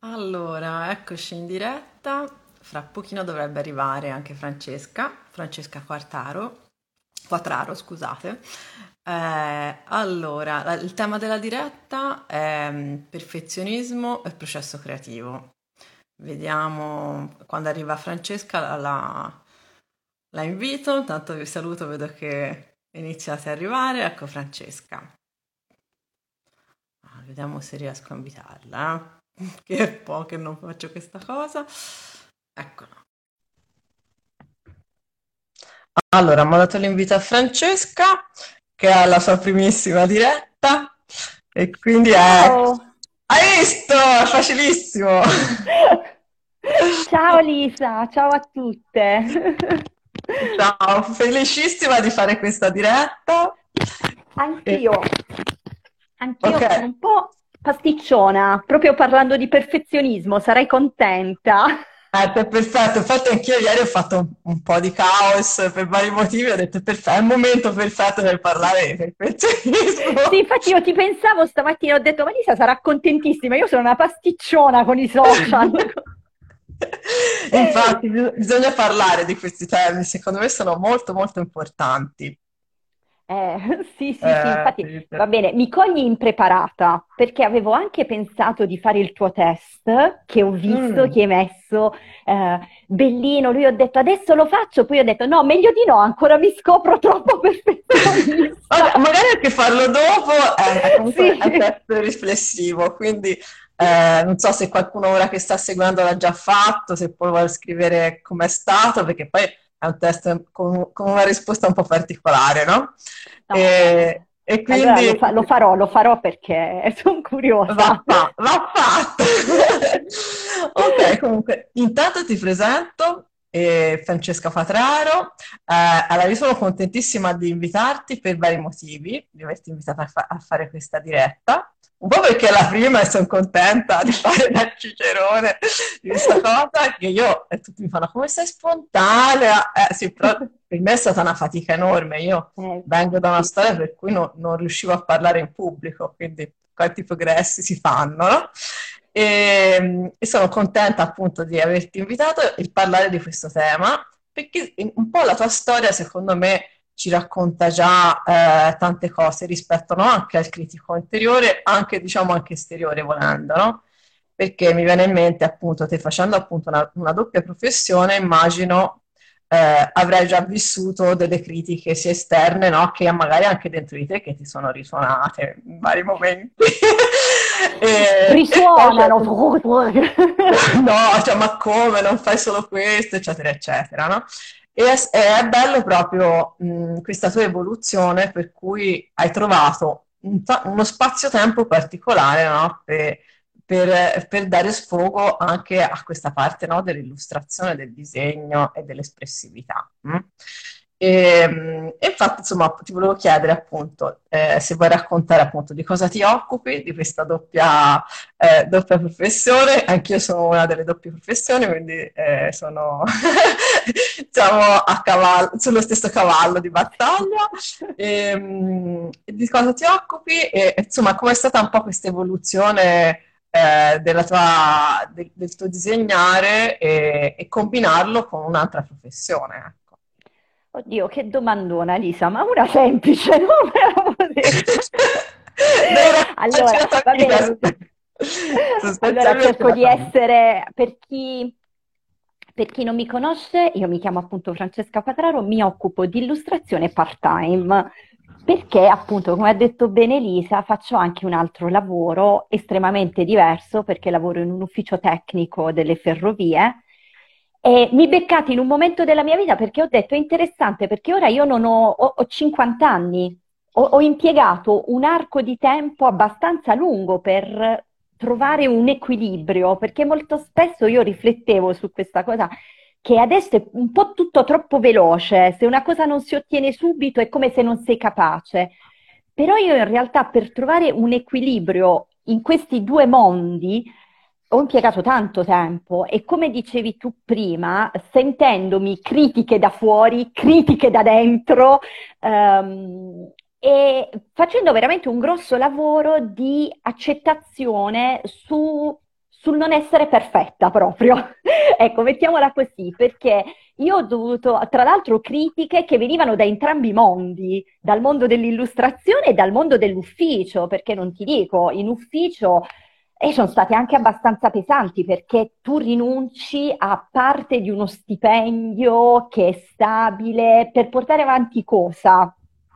Allora, eccoci in diretta. Fra pochino dovrebbe arrivare anche Francesca Quattraro, scusate. Allora, il tema della diretta è perfezionismo e processo creativo. Vediamo quando arriva Francesca, la invito. Intanto vi saluto, vedo che iniziate ad arrivare. Ecco Francesca. Vediamo se riesco a invitarla, che è un po' che non faccio questa cosa. Eccola. Allora, ho dato l'invito a Francesca, che ha la sua primissima diretta, e quindi è... Ciao! Hai visto? È facilissimo! Ciao Lisa, ciao a tutte. Ciao, felicissima di fare questa diretta. E- Anch'io, Ok, anch'io sono un po' pasticciona, proprio parlando di perfezionismo, sarai contenta. perfetto. Infatti anch'io ieri ho fatto un po' di caos per vari motivi, ho detto perfetto, è il momento perfetto per parlare di Sì, perfezionismo. infatti io ti pensavo stamattina, ho detto, ma Lisa sarà contentissima, io sono una pasticciona con i social. Infatti, bisogna parlare di questi temi, secondo me sono molto molto importanti. Sì, sì, sì, infatti Sì, va bene, mi cogli impreparata perché avevo anche pensato di fare il tuo test che ho visto Mm. che hai messo, bellino, lui ho detto adesso lo faccio, poi ho detto no, meglio di no, ancora mi scopro troppo perfezionista. Magari anche farlo dopo è comunque Sì. è un test riflessivo, quindi non so se qualcuno ora che sta seguendo l'ha già fatto, se poi vuole scrivere com'è stato, perché poi è un test con una risposta un po' particolare, no? No, va bene. E Allora quindi lo farò perché sono curiosa. va fatto! Ok, comunque, intanto ti presento Francesca Fatraro. Allora, io sono contentissima di invitarti per vari motivi, di averti invitata a fare questa diretta. Un po' perché è la prima e sono contenta di fare da cicerone di questa cosa, che io, e tutti mi fanno come sei spontanea. Sì, però per me è stata una fatica enorme. Io vengo da una Sì. storia per cui non riuscivo a parlare in pubblico, quindi quanti progressi si fanno, no? E sono contenta appunto di averti invitato e parlare di questo tema, perché un po' la tua storia, secondo me, ci racconta già tante cose rispetto, no, anche al critico interiore, anche diciamo anche esteriore volendo, no? Perché mi viene in mente appunto te facendo appunto una doppia professione, immagino avrai già vissuto delle critiche sia esterne, no? Che magari anche dentro di te che ti sono risuonate in vari momenti. E poi c'è Risuonano. no, cioè, ma come non fai solo questo, eccetera, eccetera, no? È bello proprio questa tua evoluzione per cui hai trovato uno spazio-tempo particolare, no? Per dare sfogo anche a questa parte, no? Dell'illustrazione, del disegno e dell'espressività. E infatti, insomma, ti volevo chiedere appunto se vuoi raccontare appunto di cosa ti occupi, di questa doppia professione. Anch'io sono una delle doppie professioni, quindi sono diciamo a cavallo, sullo stesso cavallo di battaglia. Di cosa ti occupi e insomma com'è stata un po' questa evoluzione del tuo disegnare e combinarlo con un'altra professione, ecco. Oddio, che domandona, Lisa, ma una semplice, no? Me la potevi- Devi raccontarci Allora, la tua va bene. vita. Allora, Sostanzialmente cerco la di tua vita. essere, per chi non mi conosce, io mi chiamo appunto Francesca Quatraro, mi occupo di illustrazione part-time, perché appunto, come ha detto bene Lisa, faccio anche un altro lavoro estremamente diverso, perché lavoro in un ufficio tecnico delle ferrovie. E mi beccate in un momento della mia vita perché ho detto è interessante, perché ora io non ho 50 anni, ho impiegato un arco di tempo abbastanza lungo per trovare un equilibrio, perché molto spesso io riflettevo su questa cosa che adesso è un po' tutto troppo veloce, se una cosa non si ottiene subito è come se non sei capace. Però io in realtà per trovare un equilibrio in questi due mondi ho impiegato tanto tempo e come dicevi tu prima, sentendomi critiche da fuori, critiche da dentro, e facendo veramente un grosso lavoro di accettazione sul non essere perfetta proprio. Ecco, mettiamola così, perché io ho dovuto, tra l'altro, critiche che venivano da entrambi i mondi, dal mondo dell'illustrazione e dal mondo dell'ufficio, perché non ti dico, in ufficio sono state anche abbastanza pesanti, perché tu rinunci a parte di uno stipendio che è stabile per portare avanti cosa?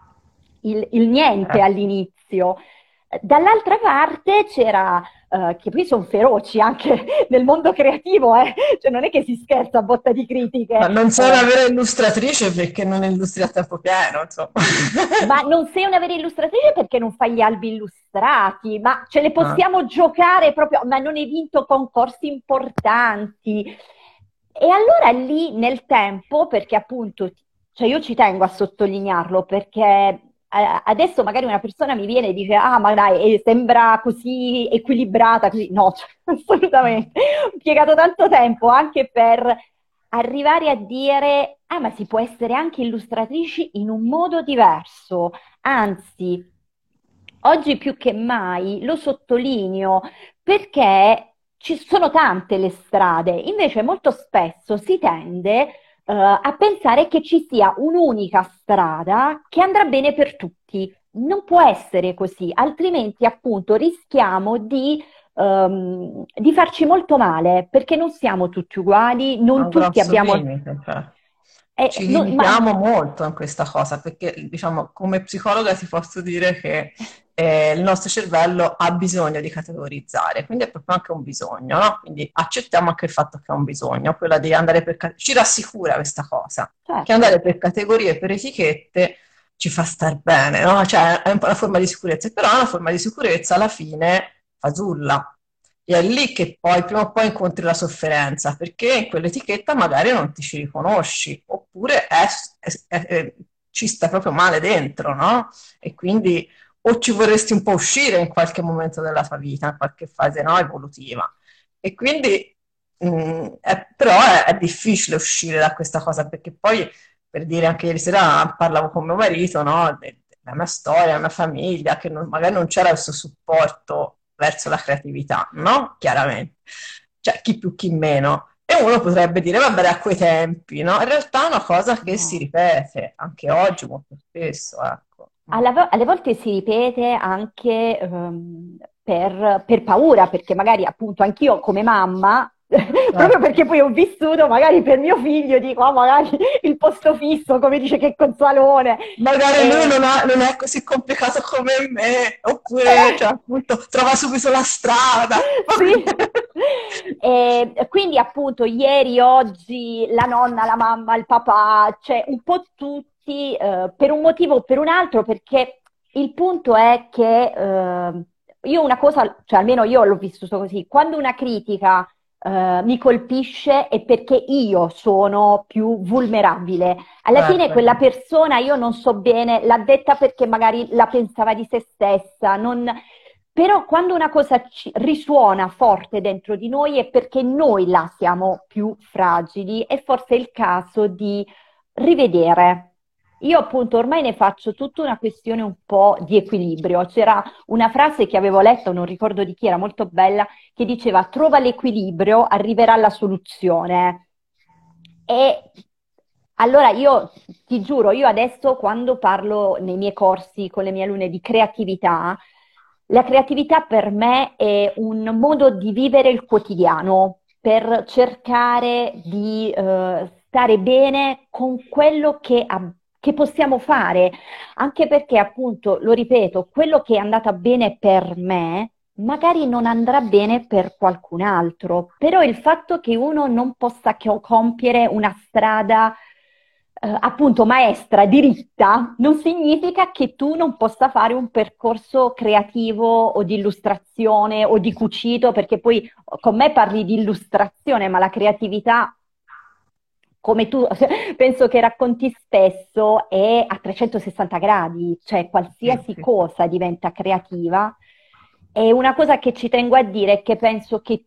Il niente Eh, all'inizio. Dall'altra parte c'era, che poi sono feroci anche nel mondo creativo, cioè non è che si scherza a botta di critiche, ma non sei una vera illustratrice perché non illustri a tempo pieno, insomma. ma non sei una vera illustratrice perché non fai gli albi illustrati, ma ce le Ah, possiamo giocare proprio, ma non hai vinto concorsi importanti. E allora lì nel tempo, perché appunto, cioè io ci tengo a sottolinearlo, perché adesso magari una persona mi viene e dice, ah ma dai, sembra così equilibrata, così. No, cioè, assolutamente. Ho impiegato tanto tempo anche per arrivare a dire, ah, ma si può essere anche illustratrici in un modo diverso. Anzi, oggi più che mai lo sottolineo perché ci sono tante le strade, invece molto spesso si tende a pensare che ci sia un'unica strada che andrà bene per tutti. Non può essere così, altrimenti appunto rischiamo di farci molto male, perché non siamo tutti uguali, è non un tutti grosso abbiamo... limite, cioè. Ci ma limitiamo molto in questa cosa perché, diciamo, come psicologa ti posso dire che il nostro cervello ha bisogno di categorizzare, quindi è proprio anche un bisogno, no? Quindi accettiamo anche il fatto che è un bisogno, quella di andare per ci rassicura questa cosa, che certo. andare per categorie e per etichette ci fa star bene, no? Cioè è un po' una forma di sicurezza, però è una forma di sicurezza alla fine fasulla. E è lì che poi prima o poi incontri la sofferenza, perché in quell'etichetta magari non ti ci riconosci, oppure ci sta proprio male dentro, no? E quindi o ci vorresti un po' uscire in qualche momento della tua vita, in qualche fase, no, evolutiva. E quindi, però è difficile uscire da questa cosa, perché poi, per dire, anche ieri sera parlavo con mio marito, no, della mia storia, la mia famiglia, che magari non c'era questo supporto verso la creatività, no? Chiaramente. Cioè, chi più, chi meno. E uno potrebbe dire, vabbè, a quei tempi, no? In realtà è una cosa che si No. ripete anche oggi molto spesso, ecco. Alle volte si ripete anche per paura, perché magari appunto anch'io come mamma, proprio Certo. perché poi ho vissuto, magari per mio figlio dico, ah, magari il posto fisso, come dice che Consalone. Magari lui E, non è così complicato come me, oppure, cioè, appunto, trova subito la strada. sì. E quindi appunto ieri, oggi, la nonna, la mamma, il papà, cioè un po' tutti, per un motivo o per un altro, perché il punto è che io una cosa, cioè almeno io l'ho vissuto così, quando una critica mi colpisce è perché io sono più vulnerabile. Alla fine Certo. quella persona, io non so bene, l'ha detta perché magari la pensava di se stessa, però quando una cosa risuona forte dentro di noi è perché noi la siamo più fragili e forse è il caso di rivedere. Io appunto ormai ne faccio tutta una questione un po' di equilibrio. C'era una frase che avevo letto, non ricordo di chi, era molto bella, che diceva trova l'equilibrio, arriverà la soluzione. E allora io ti giuro, io adesso quando parlo nei miei corsi con le mie alunne di creatività, la creatività per me è un modo di vivere il quotidiano, per cercare di stare bene con quello che possiamo fare, anche perché appunto, lo ripeto, quello che è andata bene per me magari non andrà bene per qualcun altro, però il fatto che uno non possa compiere una strada appunto maestra, diritta, non significa che tu non possa fare un percorso creativo o di illustrazione o di cucito, perché poi con me parli di illustrazione, ma la creatività, come tu penso che racconti spesso, è a 360 gradi, cioè Sì, qualsiasi sì, sì. cosa diventa creativa. E una cosa che ci tengo a dire è che penso che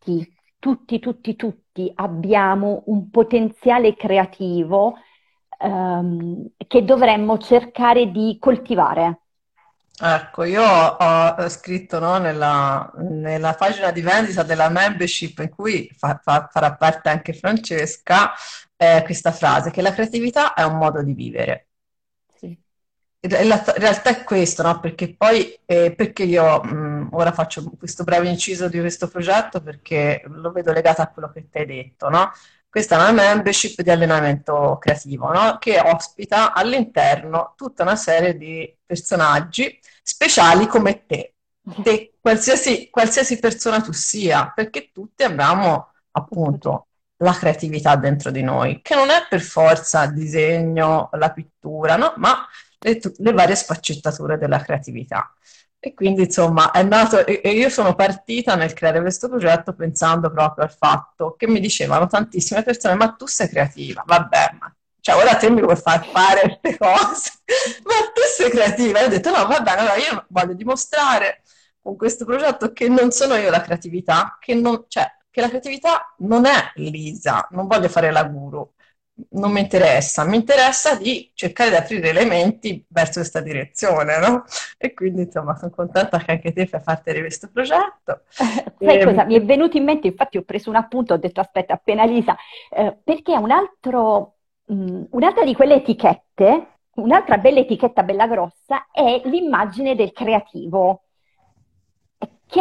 tutti abbiamo un potenziale creativo che dovremmo cercare di coltivare. Ecco, io ho scritto, no, nella pagina di vendita della membership in cui farà parte anche Francesca, questa frase, che la creatività è un modo di vivere. Sì, In realtà è questo, no? Perché poi, perché io ora faccio questo breve inciso di questo progetto perché lo vedo legato a quello che ti hai detto, no? Questa è una membership di allenamento creativo, no? Che ospita all'interno tutta una serie di personaggi speciali come te, qualsiasi persona tu sia, perché tutti abbiamo tutto. appunto la creatività dentro di noi, che non è per forza il disegno, la pittura, no? Ma le varie sfaccettature della creatività. E quindi insomma è nato, e io sono partita nel creare questo progetto pensando proprio al fatto che mi dicevano tantissime persone, ma tu sei creativa, vabbè, ma cioè ora te mi vuoi far fare queste cose, ma tu sei creativa. E ho detto no, va bene, allora io voglio dimostrare con questo progetto che non sono io la creatività, cioè, che la creatività non è lisa, non voglio fare la guru, non mi interessa di cercare di aprire elementi verso questa direzione, no? E quindi insomma sono contenta che anche te fai parte di questo progetto. Sai cosa? Mi è E, venuto in mente, infatti ho preso un appunto, ho detto aspetta, appena Lisa, perché un'altra di quelle etichette, un'altra bella etichetta bella grossa è l'immagine del creativo, che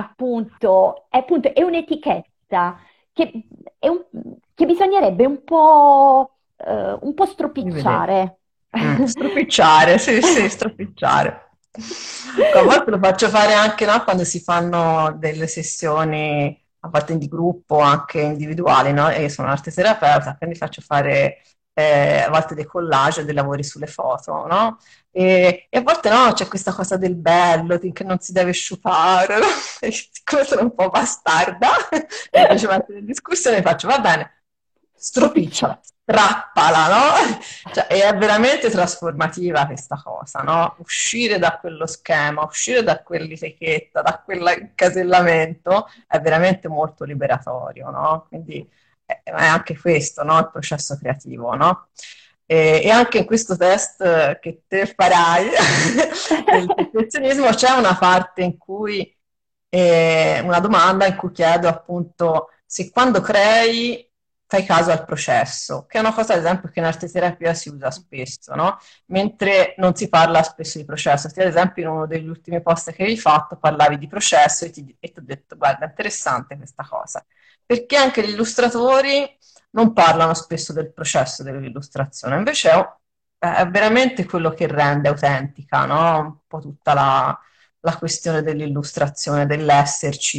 è un'etichetta che, che bisognerebbe un po' rivedete. stropicciare. Stropicciare, sì, sì, stropicciare. A volte lo faccio fare anche, no, quando si fanno delle sessioni a volte di gruppo, anche individuali, no? E io sono arteterapeuta, quindi faccio fare a volte dei collage, dei lavori sulle foto, no? E a volte no, c'è questa cosa del bello, che non si deve sciupare, no? E siccome sono un po' bastarda, mi piace mettere in discussione, faccio, va bene, Stropiccia. stropicciala, strappala, no? Cioè, è veramente trasformativa questa cosa, no? Uscire da quello schema, uscire da quell'etichetta, da quell'incasellamento è veramente molto liberatorio, no? Quindi è anche questo, no? Il processo creativo, no? E anche in questo test che te farai del perfezionismo c'è una parte in cui, una domanda in cui chiedo appunto se quando crei fai caso al processo, che è una cosa ad esempio che in arte terapia si usa spesso, no? Mentre non si parla spesso di processo. Te, ad esempio, in uno degli ultimi post che hai fatto parlavi di processo e ti ho detto, guarda, è interessante questa cosa, perché anche gli illustratori non parlano spesso del processo dell'illustrazione, invece è veramente quello che rende autentica, no? Un po' tutta la questione dell'illustrazione, dell'esserci,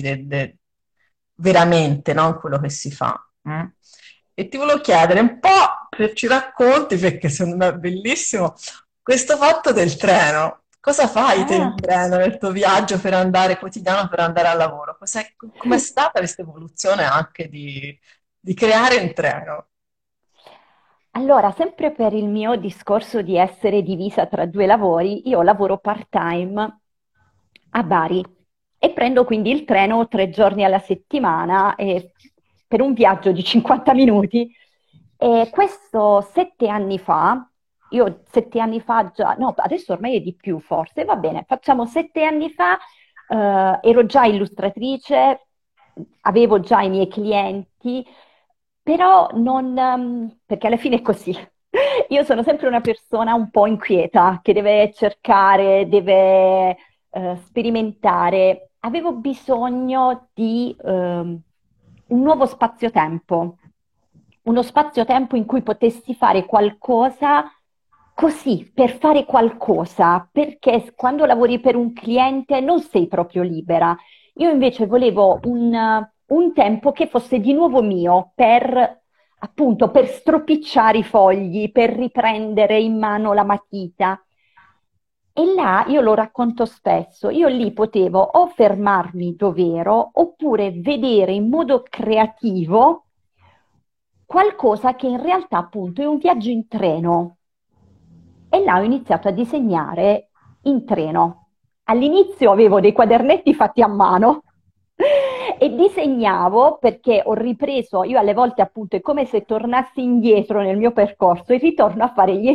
veramente, no? In quello che si fa. Mm? E ti volevo chiedere un po' se ci racconti, perché secondo me è bellissimo, questo fatto del treno. Cosa fai te in Ah. treno nel tuo viaggio per andare quotidiano per andare al lavoro? Com'è stata questa evoluzione anche di creare un treno? Allora, sempre per il mio discorso di essere divisa tra due lavori, io lavoro part-time a Bari e prendo quindi il treno 3 giorni alla settimana per un viaggio di 50 minuti. E questo 7 anni fa, io 7 anni fa già, no, adesso ormai è di più forse, va bene, facciamo 7 anni fa, ero già illustratrice, avevo già i miei clienti, però non, perché alla fine è così. Io sono sempre una persona un po' inquieta, che deve cercare, deve sperimentare. Avevo bisogno di un nuovo spazio-tempo, uno spazio-tempo in cui potessi fare qualcosa così, per fare qualcosa, perché quando lavori per un cliente non sei proprio libera. Io invece volevo un tempo che fosse di nuovo mio per, appunto, per stropicciare i fogli, per riprendere in mano la matita. E là io lo racconto spesso, io lì potevo o fermarmi dov'ero oppure vedere in modo creativo qualcosa che in realtà appunto è un viaggio in treno. E là ho iniziato a disegnare in treno. All'inizio avevo dei quadernetti fatti a mano E disegnavo perché ho ripreso, io alle volte appunto è come se tornassi indietro nel mio percorso e ritorno a fare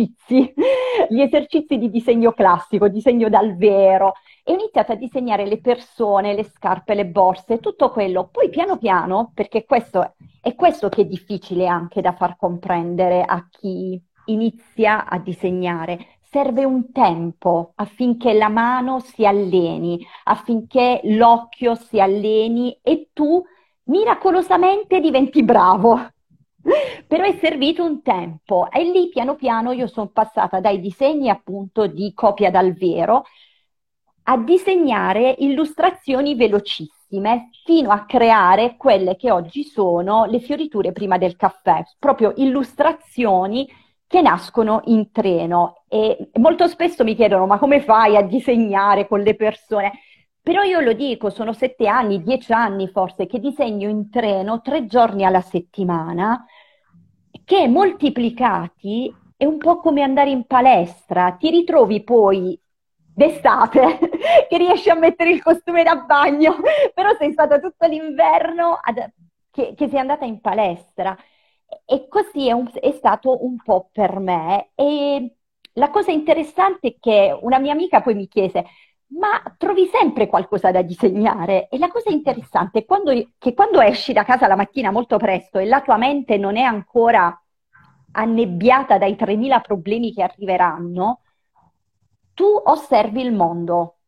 gli esercizi di disegno classico, disegno dal vero, e ho iniziato a disegnare le persone, le scarpe, le borse, tutto quello. Poi piano piano, perché questo è questo che è difficile anche da far comprendere a chi inizia a disegnare. Serve un tempo affinché la mano si alleni, affinché l'occhio si alleni e tu miracolosamente diventi bravo. Però è servito un tempo e lì piano piano io sono passata dai disegni appunto di copia dal vero a disegnare illustrazioni velocissime fino a creare quelle che oggi sono le fioriture prima del caffè, proprio illustrazioni che nascono in treno e molto spesso mi chiedono ma come fai a disegnare con le persone? Però io lo dico, sono 7 anni, 10 anni forse, che disegno in treno 3 giorni alla settimana, che moltiplicati è un po' come andare in palestra, ti ritrovi poi d'estate che riesci a mettere il costume da bagno, però sei stata tutto l'inverno che sei andata in palestra. E così è stato un po' per me. E la cosa interessante è che una mia amica poi mi chiese, ma trovi sempre qualcosa da disegnare? E la cosa interessante è che quando esci da casa la mattina molto presto e la tua mente non è ancora annebbiata dai 3000 problemi che arriveranno, tu osservi il mondo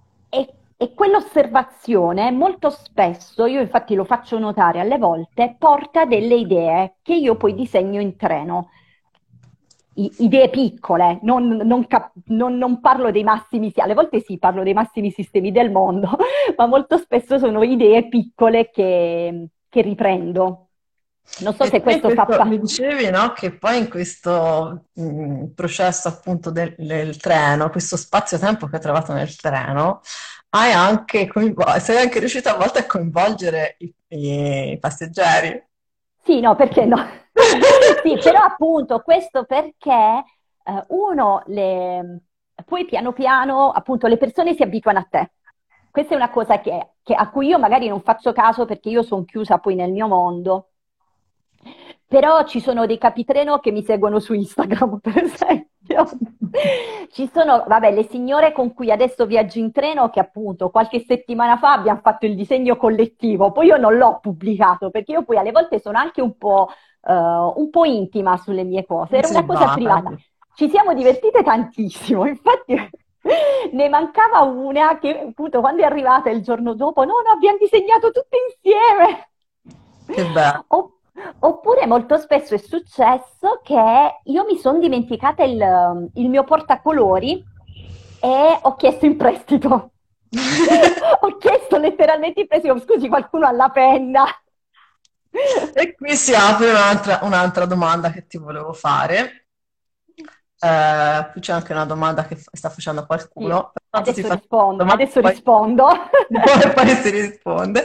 e quell'osservazione molto spesso, io infatti lo faccio notare alle volte, porta delle idee che io poi disegno in treno. Idee piccole, non parlo dei massimi, alle volte sì, parlo dei massimi sistemi del mondo, ma molto spesso sono idee piccole che riprendo. Non so E se tu in questo fa questo, mi parte. dicevi, no, che poi in questo processo appunto del treno, questo spazio-tempo che hai trovato nel treno, sei anche riuscito a volte a coinvolgere i passeggeri. Sì, no, perché no? Sì, però appunto questo perché poi piano piano appunto le persone si abituano a te. Questa è una cosa a cui io magari non faccio caso perché io sono chiusa poi nel mio mondo. Però ci sono dei capitreno che mi seguono su Instagram, per esempio. Ci sono, vabbè, le signore con cui adesso viaggio in treno che appunto qualche settimana fa abbiamo fatto il disegno collettivo, poi io non l'ho pubblicato perché io poi alle volte sono anche un po' intima sulle mie cose, era una cosa Riservata. privata. Ci siamo divertite tantissimo, infatti ne mancava una che appunto quando è arrivata il giorno dopo, no, no, abbiamo disegnato tutte insieme. Che bello. Oppure molto spesso è successo che io mi sono dimenticata il mio portacolori e ho chiesto in prestito. Ho chiesto letteralmente in prestito, scusi, qualcuno ha la penna? E qui si apre un'altra domanda che ti volevo fare. Qui c'è anche una domanda che sta facendo Sì, qualcuno, però tanto ti faccio una domanda adesso poi, rispondo. poi si risponde.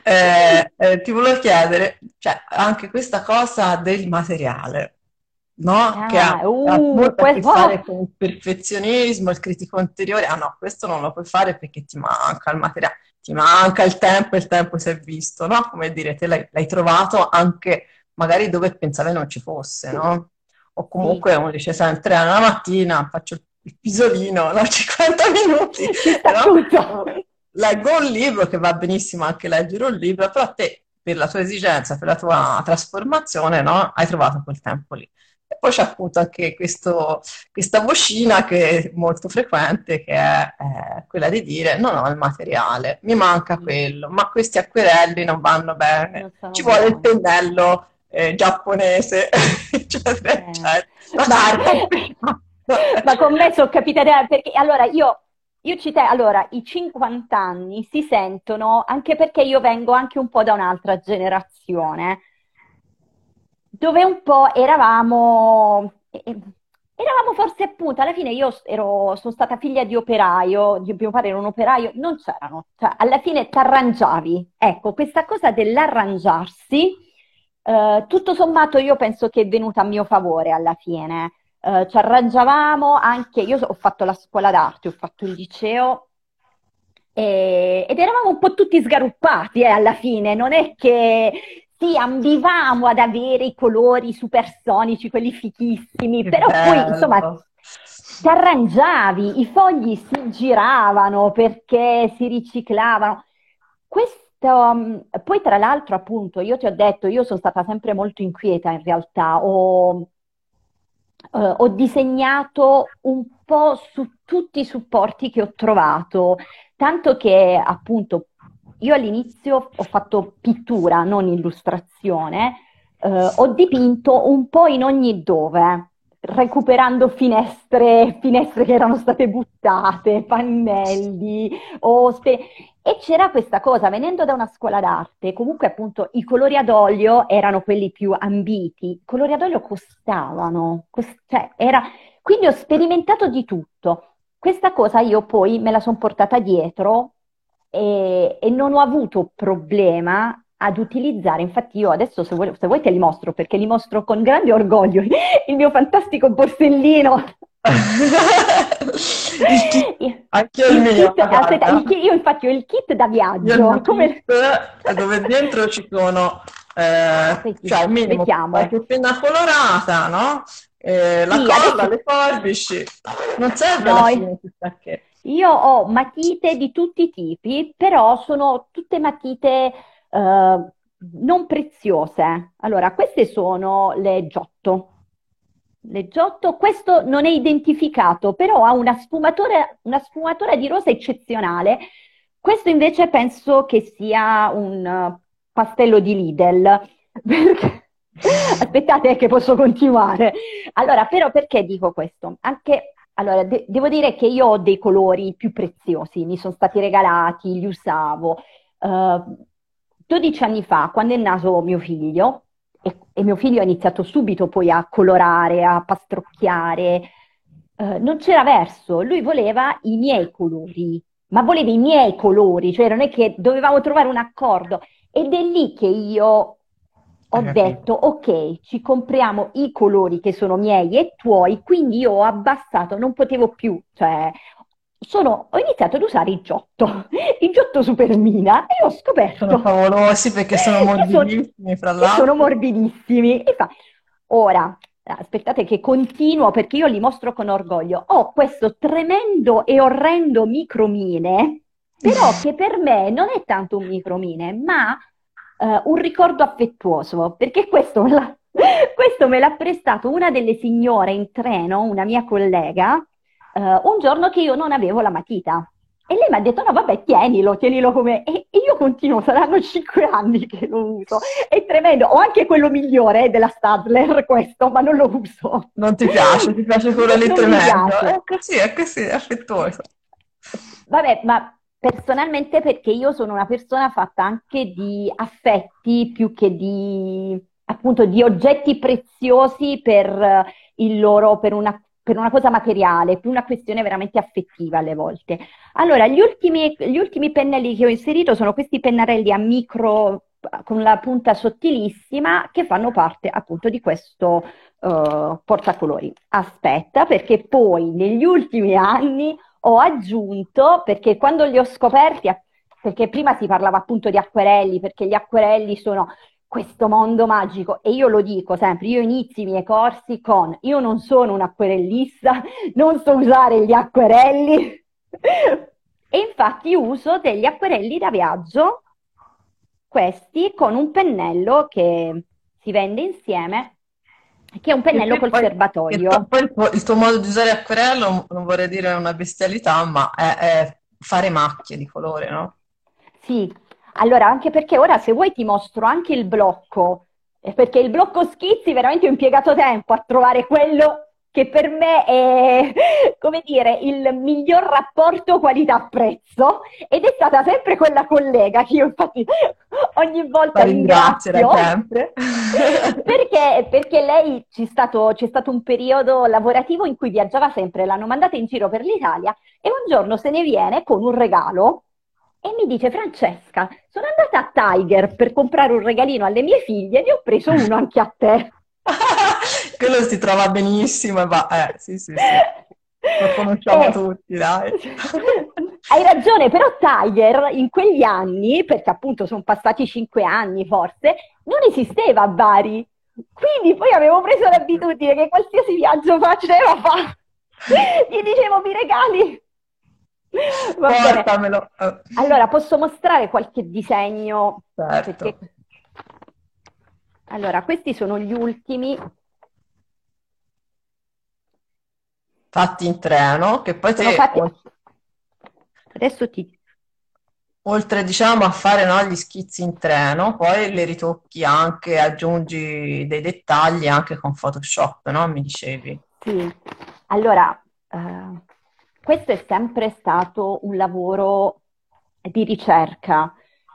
Ti volevo chiedere, cioè, anche questa cosa del materiale, no? Che ha molto a che fare Oh, con il perfezionismo, il critico interiore. Ah no, questo non lo puoi fare perché ti manca il materiale, ti manca il tempo e il tempo si è visto, no? Come dire, te l'hai trovato anche magari dove pensavi non ci fosse, no? O sì, comunque uno dice, sai, in treno la mattina, faccio il pisolino, no? 50 minuti, ci sta tutto. no? Leggo un libro, che va benissimo anche leggere un libro, però te, per la tua esigenza, per la tua trasformazione, no? Hai trovato quel tempo lì. E poi c'è appunto anche questa vocina che è molto frequente, che è quella di dire, non ho il materiale, mi manca Sì, quello, ma questi acquerelli non vanno bene, non sono ci vuole il buoni. pennello giapponese, eccetera, Eh, eccetera. La ma, carta è prima. ma con me sono capitata perché allora allora i 50 anni si sentono anche perché io vengo anche un po' da un'altra generazione dove un po' eravamo forse appunto, alla fine sono stata figlia di operaio, di mio padre era un operaio, non c'erano, cioè alla fine t'arrangiavi. Ecco, questa cosa dell'arrangiarsi, tutto sommato io penso che è venuta a mio favore alla fine. Ci arrangiavamo anche, io ho fatto la scuola d'arte, ho fatto il liceo Ed eravamo un po' tutti sgaruppati, alla fine, non è che sì, ambivamo ad avere i colori supersonici, quelli fichissimi, Che però poi, insomma, bello. ti arrangiavi, i fogli si giravano perché si riciclavano. Questo, poi tra l'altro, appunto, io ti ho detto, io sono stata sempre molto inquieta in realtà, ho disegnato un po' su tutti i supporti che ho trovato, tanto che appunto io all'inizio ho fatto pittura, non illustrazione, ho dipinto un po' in ogni dove, recuperando finestre che erano state buttate, pannelli, e c'era questa cosa, venendo da una scuola d'arte, comunque appunto i colori ad olio erano quelli più ambiti, i colori ad olio costavano, quindi ho sperimentato di tutto. Questa cosa io poi me la sono portata dietro e non ho avuto problema ad utilizzare, infatti io adesso se vuoi te li mostro, perché li mostro con grande orgoglio, il mio fantastico borsellino. Il kit, anche il Il mio, kit, aspetta, guarda. io infatti ho il kit da Io il mio viaggio, kit come... dove dentro ci sono, Vedi, cioè al minimo vediamo. qualche penna colorata, no? La Sì, colla, adesso le forbici. Non serve alla no, fine chissà che. io ho matite di tutti i tipi, però sono tutte matite non preziose. Allora, queste sono le Giotto. Le Giotto, questo non è identificato, però ha una sfumatura di rosa eccezionale. Questo invece penso che sia un pastello di Lidl. Perché... Aspettate che posso continuare. Allora, però perché dico questo? Allora, devo dire che io ho dei colori più preziosi, mi sono stati regalati, li usavo. 12 anni fa, quando è nato mio figlio, e mio figlio ha iniziato subito poi a colorare, a pastrocchiare, non c'era verso, lui voleva i miei colori, ma voleva i miei colori, cioè non è che dovevamo trovare un accordo. Ed è lì che io ho Hai detto, capito? ok, ci compriamo i colori che sono miei e tuoi, quindi io ho abbassato, non potevo più, cioè ho iniziato ad usare il Giotto Supermina e ho Sono scoperto favolosi perché sono morbidissimi, fra che sono l'altro. morbidissimi. Ora, aspettate che continuo perché io li mostro con orgoglio. Ho questo tremendo e orrendo micromine, però che per me non è tanto un micromine, ma un ricordo affettuoso, perché questo me l'ha prestato una delle signore in treno, una mia collega, un giorno che io non avevo la matita. E lei mi ha detto: no, vabbè, tienilo come. E io continuo, saranno 5 anni che lo uso. È tremendo. Ho anche quello migliore della Stadler, questo, ma non lo uso. Non ti piace quello lì Non mi tremendo? piace. È così, è affettuoso. Vabbè, ma personalmente perché io sono una persona fatta anche di affetti più che di, appunto, di oggetti preziosi per una cosa materiale, più una questione veramente affettiva alle volte. Allora, gli ultimi pennelli che ho inserito sono questi pennarelli a micro con la punta sottilissima che fanno parte appunto di questo portacolori. Aspetta, perché poi negli ultimi anni ho aggiunto, perché quando li ho scoperti, perché prima si parlava appunto di acquerelli, perché gli acquerelli sono questo mondo magico e io lo dico sempre, io inizio i miei corsi con io non sono un acquerellista, non so usare gli acquerelli e infatti uso degli acquerelli da viaggio, questi con un pennello che si vende insieme, che è un Che pennello te col poi, serbatoio. poi il tuo modo di usare acquerello, non vorrei dire una bestialità, ma è fare macchie di colore, no? Sì, allora anche perché ora se vuoi ti mostro anche il blocco, perché il blocco schizzi veramente ho impiegato tempo a trovare quello che per me è, come dire, il miglior rapporto qualità-prezzo ed è stata sempre quella collega che io infatti ogni La volta ringrazierai ringrazio sempre. perché lei c'è stato un periodo lavorativo in cui viaggiava sempre, l'hanno mandata in giro per l'Italia e un giorno se ne viene con un regalo e mi dice: Francesca, sono andata a Tiger per comprare un regalino alle mie figlie e ne ho preso uno anche a te. Quello si trova benissimo, sì, sì, sì, lo conosciamo E, tutti, dai. Hai ragione, però Tiger in quegli anni, perché appunto sono passati 5 anni forse, non esisteva a Bari. Quindi poi avevo preso l'abitudine che qualsiasi viaggio faceva, gli dicevo mi regali. Va bene. Portamelo. Allora, posso mostrare qualche disegno? Perché... Certo. Allora, questi sono gli ultimi. Fatti in treno, che poi Sono te, fatti... Adesso ti... oltre diciamo a fare no, gli schizzi in treno, poi le ritocchi anche, aggiungi dei dettagli anche con Photoshop, no? Mi dicevi. Sì, allora, questo è sempre stato un lavoro di ricerca,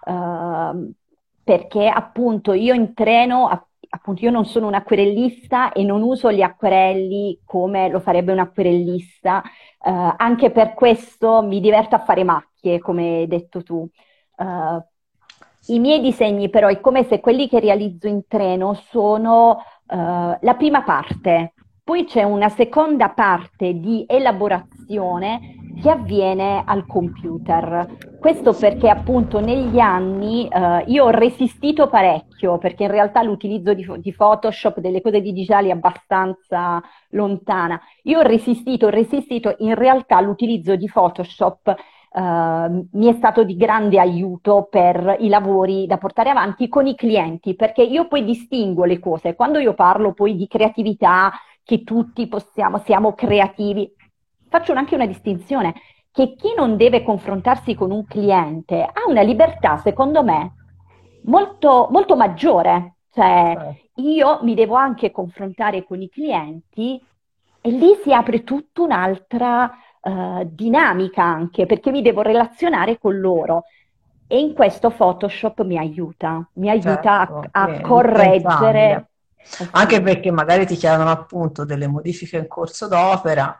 perché appunto io in treno, appunto io non sono un acquerellista e non uso gli acquerelli come lo farebbe un acquerellista, anche per questo mi diverto a fare macchie, come hai detto tu. Eh, I miei disegni però è come se quelli che realizzo in treno sono la prima parte, poi c'è una seconda parte di elaborazione che avviene al computer. Questo perché appunto negli anni io ho resistito parecchio, perché in realtà l'utilizzo di Photoshop, delle cose digitali è abbastanza lontana. Io ho resistito, in realtà l'utilizzo di Photoshop mi è stato di grande aiuto per i lavori da portare avanti con i clienti, perché io poi distingo le cose. Quando io parlo poi di creatività, che tutti possiamo, siamo creativi, faccio anche una distinzione, che chi non deve confrontarsi con un cliente ha una libertà, secondo me, molto, molto maggiore. Cioè, io mi devo anche confrontare con i clienti e lì si apre tutta un'altra dinamica anche, perché mi devo relazionare con loro. E in questo Photoshop mi aiuta Certo, a è indispensabile. correggere. Eh Anche sì, perché magari ti chiedono appunto delle modifiche in corso d'opera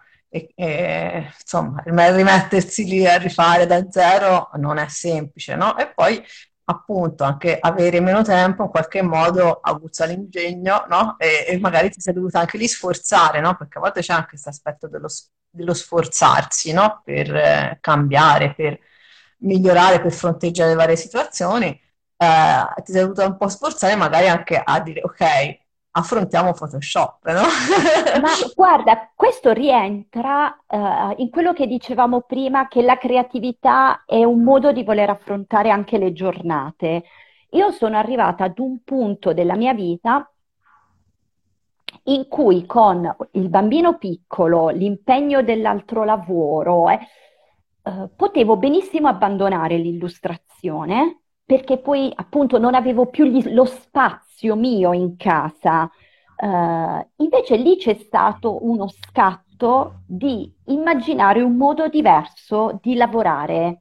insomma rimettersi lì a rifare da zero non è semplice, no? E poi appunto anche avere meno tempo in qualche modo aguzza l'ingegno, no? E magari ti sei dovuta anche lì sforzare, no? Perché a volte c'è anche questo aspetto dello sforzarsi, no? Per cambiare, per migliorare, per fronteggiare le varie situazioni, ti sei dovuta un po' sforzare magari anche a dire ok, affrontiamo Photoshop, no? ma guarda, questo rientra in quello che dicevamo prima, che la creatività è un modo di voler affrontare anche le giornate. Io sono arrivata ad un punto della mia vita in cui con il bambino piccolo, l'impegno dell'altro lavoro, potevo benissimo abbandonare l'illustrazione perché poi appunto non avevo più lo spazio mio in casa. Invece lì c'è stato uno scatto di immaginare un modo diverso di lavorare.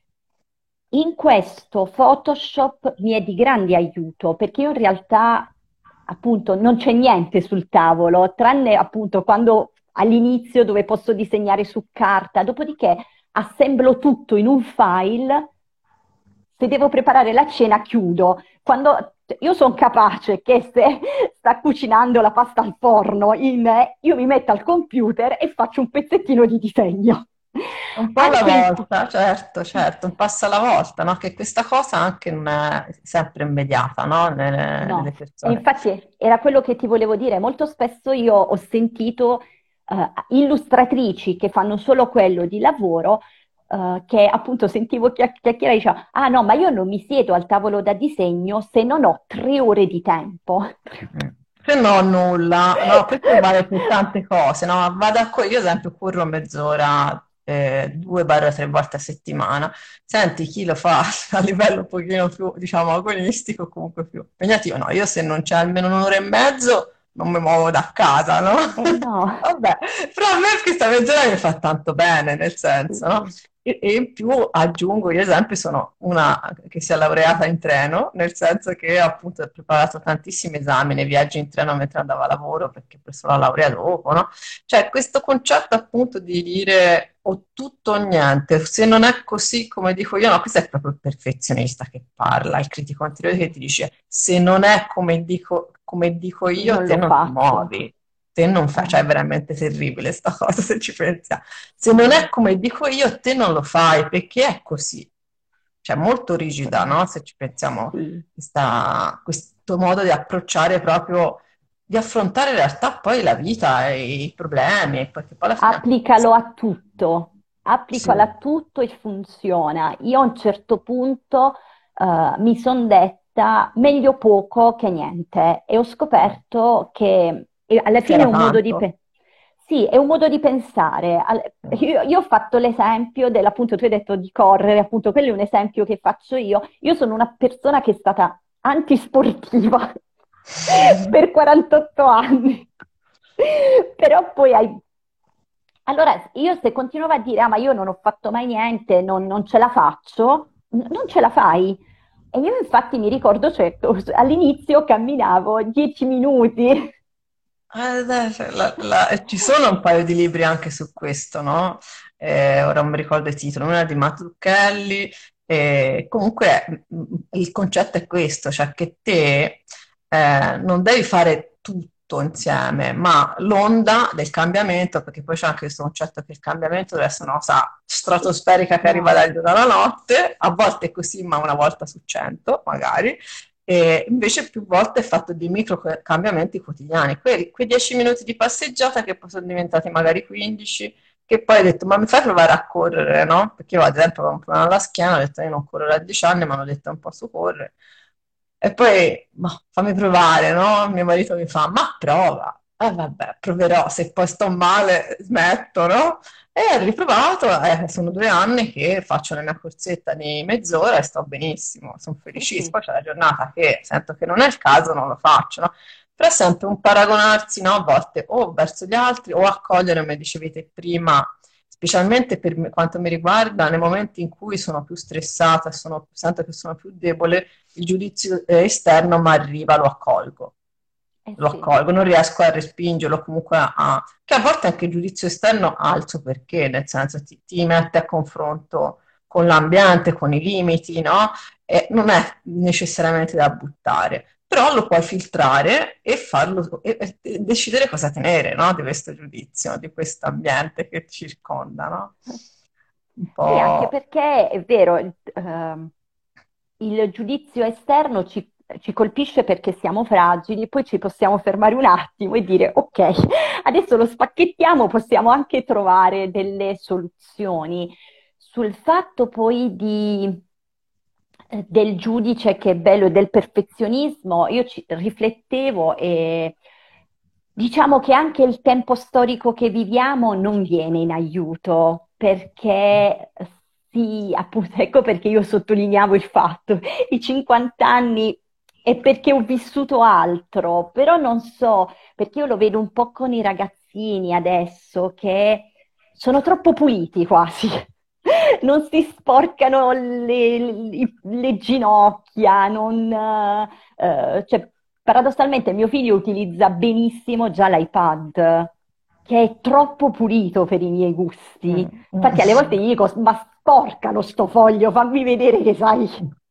In questo Photoshop mi è di grande aiuto perché io in realtà appunto non c'è niente sul tavolo, tranne appunto quando all'inizio dove posso disegnare su carta, dopodiché assemblo tutto in un file. Se devo preparare la cena, chiudo. Quando io sono capace che se sta cucinando la pasta al forno in me, io mi metto al computer e faccio un pezzettino di disegno. Un po' alla Anche in... volta, certo, certo, un passo alla volta, no? Che questa cosa anche non è sempre immediata, no? Nelle No, e persone. infatti era quello che ti volevo dire. Molto spesso io ho sentito illustratrici che fanno solo quello di lavoro, che appunto sentivo chiacchierare e diceva, ah no, ma io non mi siedo al tavolo da disegno se non ho 3 ore di tempo. Mm. Se no, nulla, no, questo vale per tante cose, no? Vado io, ad esempio, corro mezz'ora, 2-3 volte a settimana. Senti chi lo fa a livello un pochino più, diciamo, agonistico, comunque più impegnativo. No, io se non c'è almeno un'ora e mezzo non mi muovo da casa, no? No, Vabbè, però a me questa mezz'ora mi fa tanto bene, nel senso, no? sì. E in più aggiungo, io ad esempio sono una che si è laureata in treno, nel senso che appunto ho preparato tantissimi esami nei viaggi in treno mentre andavo a lavoro, perché ho preso la laurea dopo, no? Cioè questo concetto appunto di dire o tutto o niente, se non è così come dico io, no, questo è proprio il perfezionista che parla, il critico anteriore che ti dice se non è come dico io, Non te lo non ti faccio. muovi. te non fai, cioè è Ah, veramente terribile sta cosa se ci pensiamo. Se non è come dico io, te non lo fai perché è così, cioè molto rigida, no? Se ci pensiamo, sì. questo modo di approcciare proprio, di affrontare in realtà poi la vita e i problemi, perché poi alla fine... Sì, Applicalo a tutto e funziona. Io a un certo punto mi sono detta meglio poco che niente e ho scoperto che alla che fine è era un modo di tanto. sì, è un modo di pensare. Io ho fatto l'esempio appunto, tu hai detto di correre, appunto, quello è un esempio che faccio io. Io sono una persona che è stata antisportiva per 48 anni. Però poi hai... Allora, io se continuavo a dire, ah, ma io non ho fatto mai niente, non ce la faccio, non ce la fai. E io infatti mi ricordo, certo, all'inizio camminavo 10 minuti. Dai, cioè, ci sono un paio di libri anche su questo, no? Ora non mi ricordo il titolo, uno è di Mazzucchelli, e comunque il concetto è questo, cioè che te non devi fare tutto insieme, ma l'onda del cambiamento, perché poi c'è anche questo concetto che il cambiamento deve essere una cosa stratosferica che arriva Bravo. dal giorno alla notte, a volte è così, ma una volta su 100 magari, e invece più volte è fatto di micro cambiamenti quotidiani, quei 10 minuti di passeggiata che poi sono diventati magari 15, che poi ho detto ma mi fai provare a correre, no? Perché io ad esempio avevo un problema alla schiena, ho detto io non corro da 10 anni, ma hanno detto non posso correre. E poi, ma fammi provare, no? Mio marito mi fa, ma prova. Vabbè, proverò, se poi sto male smetto, no? E ho riprovato, sono 2 anni che faccio la mia corsetta di mezz'ora e sto benissimo, sono Sì, felicissima. sì. Poi c'è la giornata che sento che non è il caso, non lo faccio, no? Però è sempre un paragonarsi, no? A volte o verso gli altri o accogliere, come dicevete prima, specialmente per quanto mi riguarda, nei momenti in cui sono più stressata, sento che sono più debole, il giudizio esterno mi arriva, Eh lo sì. accolgo, non riesco a respingerlo comunque che a volte anche il giudizio esterno ha il suo perché, nel senso ti mette a confronto con l'ambiente, con i limiti, no? E non è necessariamente da buttare, però lo puoi filtrare e farlo e decidere cosa tenere, no? Di questo giudizio, di questo ambiente che ti circonda, no? Un Sì, anche po'. perché è vero, il giudizio esterno ci colpisce perché siamo fragili, poi ci possiamo fermare un attimo e dire, ok, adesso lo spacchettiamo, possiamo anche trovare delle soluzioni. Sul fatto poi del giudice che è bello e del perfezionismo, io ci riflettevo e diciamo che anche il tempo storico che viviamo non viene in aiuto, perché sì, appunto, ecco perché io sottolineavo il fatto, i 50 anni è perché ho vissuto altro, però non so, perché io lo vedo un po' con i ragazzini adesso che sono troppo puliti quasi. Non si sporcano le ginocchia, non, cioè, paradossalmente mio figlio utilizza benissimo già l'iPad, che è troppo pulito per i miei gusti. Mm, Infatti alle volte mm. gli dico, ma sporcalo sto foglio, fammi vedere che sai.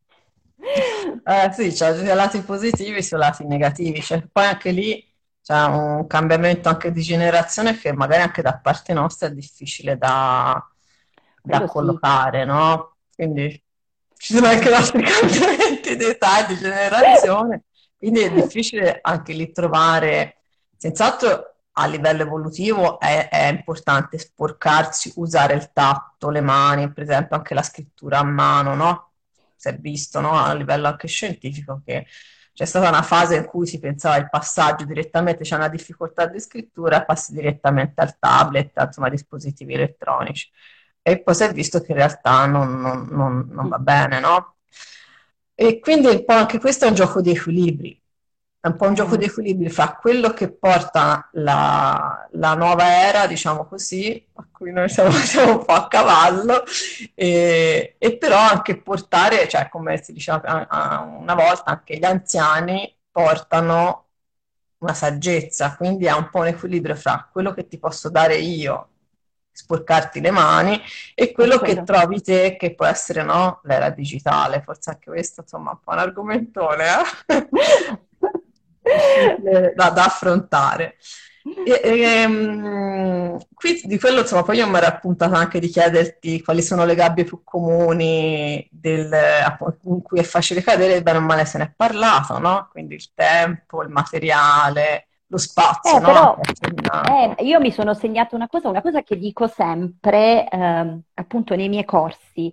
Sì, c'è sia lati positivi sia lati negativi, poi anche lì c'è un cambiamento anche di generazione che magari anche da parte nostra è difficile da Quello sì. collocare, no? Quindi ci sono anche altri cambiamenti di età e di generazione, quindi è difficile anche lì trovare, senz'altro a livello evolutivo è importante sporcarsi, usare il tatto, le mani, per esempio anche la scrittura a mano, no? Si è visto, no? A livello anche scientifico che c'è stata una fase in cui si pensava il passaggio direttamente, c'è una difficoltà di scrittura, passi direttamente al tablet, insomma, ai dispositivi elettronici. E poi si è visto che in realtà non va bene, no? E quindi un po' anche questo è un gioco di equilibri, è un po' un gioco di Eh, equilibri fra quello che porta la nuova era, diciamo così, a cui noi siamo un po' a cavallo, e però anche portare, cioè come si diceva una volta, anche gli anziani portano una saggezza, quindi è un po' un equilibrio fra quello che ti posso dare io, sporcarti le mani, e è quello che quello. trovi te, che può essere no, l'era digitale, forse anche questo insomma è un po' un argomentone, difficile da affrontare. Qui di quello, insomma, poi io mi ero appuntata anche di chiederti quali sono le gabbie più comuni appunto, in cui è facile cadere, bene o male se ne è parlato, no? Quindi il tempo, il materiale, lo spazio, no? Anche Però accennato. io mi sono segnata una cosa che dico sempre, appunto nei miei corsi,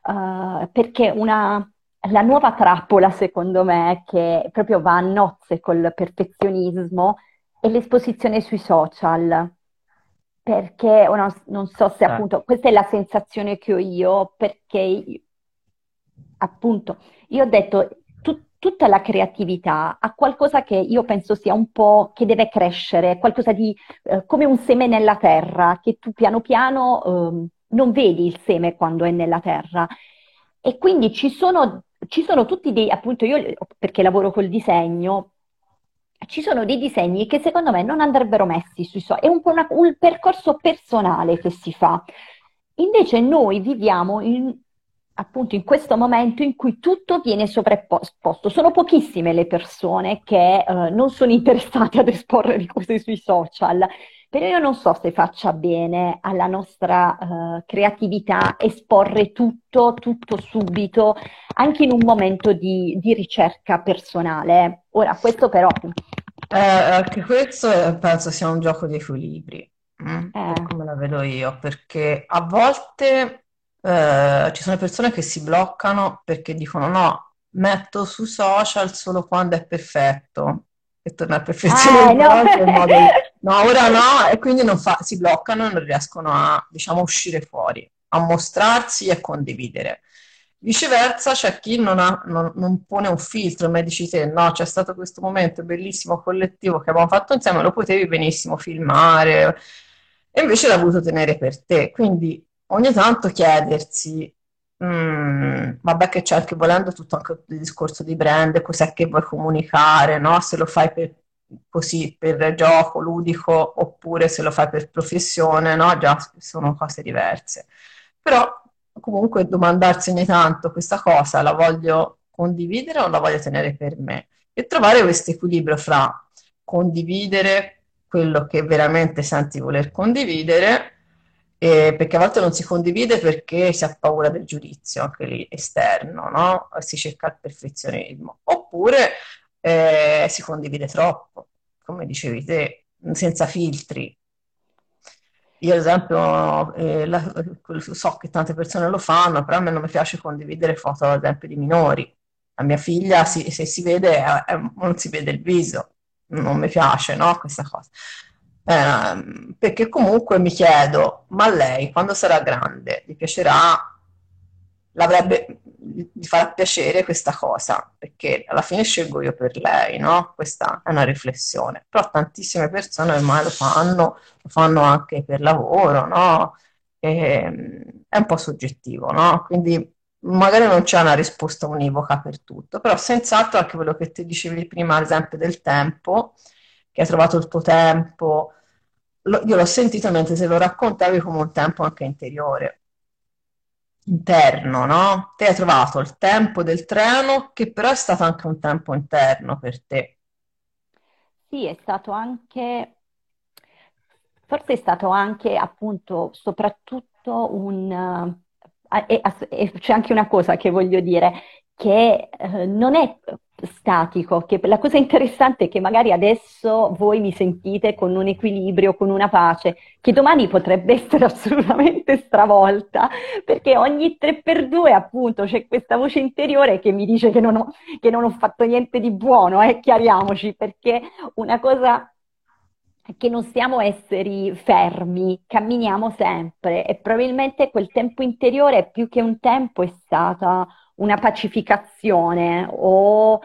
perché la nuova trappola, secondo me, che proprio va a nozze col perfezionismo, è l'esposizione sui social. Perché, o non so se Eh. appunto, questa è la sensazione che ho io, perché appunto, io ho detto, tutta la creatività ha qualcosa che io penso sia un po' che deve crescere, qualcosa di come un seme nella terra, che tu piano piano non vedi il seme quando è nella terra. E quindi ci sono tutti dei, appunto io perché lavoro col disegno, ci sono dei disegni che secondo me non andrebbero messi sui social, è un po' un percorso personale che si fa. Invece noi viviamo appunto in questo momento in cui tutto viene sovrapposto. Sono pochissime le persone che non sono interessate ad esporre le cose sui social, però io non so se faccia bene alla nostra creatività esporre tutto, tutto subito, anche in un momento di ricerca personale. Ora, questo però, Anche questo penso sia un gioco di equilibri, per eh, come la vedo io, perché a volte ci sono persone che si bloccano perché dicono no, metto su social solo quando è perfetto, e torna al perfezionismo, no. no? Cioè, no, ora no, e quindi si bloccano e non riescono a, diciamo, uscire fuori, a mostrarsi e condividere. Viceversa, c'è chi non pone un filtro, come dici te, no, c'è stato questo momento bellissimo collettivo che abbiamo fatto insieme, lo potevi benissimo filmare, e invece l'ha voluto tenere per te. Quindi ogni tanto chiedersi, vabbè che c'è anche volendo tutto anche il discorso di brand, cos'è che vuoi comunicare, no? Se lo fai così per gioco ludico oppure se lo fai per professione, no? Già sono cose diverse. Però comunque domandarsi ogni tanto questa cosa la voglio condividere o la voglio tenere per me? E trovare questo equilibrio fra condividere quello che veramente senti voler condividere, perché a volte non si condivide perché si ha paura del giudizio, anche lì esterno, no? Si cerca il perfezionismo. Oppure si condivide troppo, come dicevi te, senza filtri. Io, ad esempio, so che tante persone lo fanno, però a me non mi piace condividere foto, ad esempio, di minori. La mia figlia, se si vede, non si vede il viso. Non mi piace, no, questa cosa. Perché comunque mi chiedo, ma a lei, quando sarà grande, gli piacerà, gli farà piacere questa cosa? Perché alla fine scelgo io per lei, no? Questa è una riflessione. Però tantissime persone ormai lo fanno anche per lavoro, no? È un po' soggettivo, no? Quindi magari non c'è una risposta univoca per tutto, però senz'altro anche quello che ti dicevi prima, ad esempio del tempo, che hai trovato il tuo tempo, io l'ho sentito mentre se lo raccontavi come un tempo anche interiore, interno, no? Te hai trovato il tempo del treno, che però è stato anche un tempo interno per te. Sì, è stato anche, forse è stato anche appunto soprattutto e c'è anche una cosa che voglio dire, che non è statico, che la cosa interessante è che magari adesso voi mi sentite con un equilibrio, con una pace, che domani potrebbe essere assolutamente stravolta, perché ogni 3x2 appunto c'è questa voce interiore che mi dice che non ho fatto niente di buono, chiariamoci, perché una cosa è che non siamo esseri fermi, camminiamo sempre e probabilmente quel tempo interiore più che un tempo è stata una pacificazione o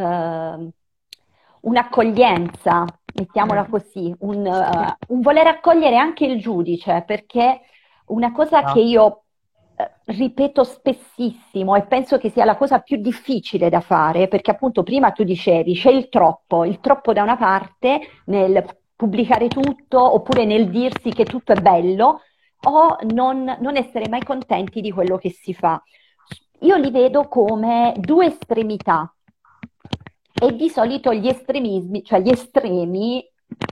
un'accoglienza, mettiamola Mm. così, un, Sì, un voler accogliere anche il giudice, perché una cosa che esatto. io ripeto spessissimo e penso che sia la cosa più difficile da fare, perché appunto prima tu dicevi c'è il troppo da una parte nel pubblicare tutto oppure nel dirsi che tutto è bello o non essere mai contenti di quello che si fa. Io li vedo come due estremità e di solito gli estremismi, cioè gli estremi,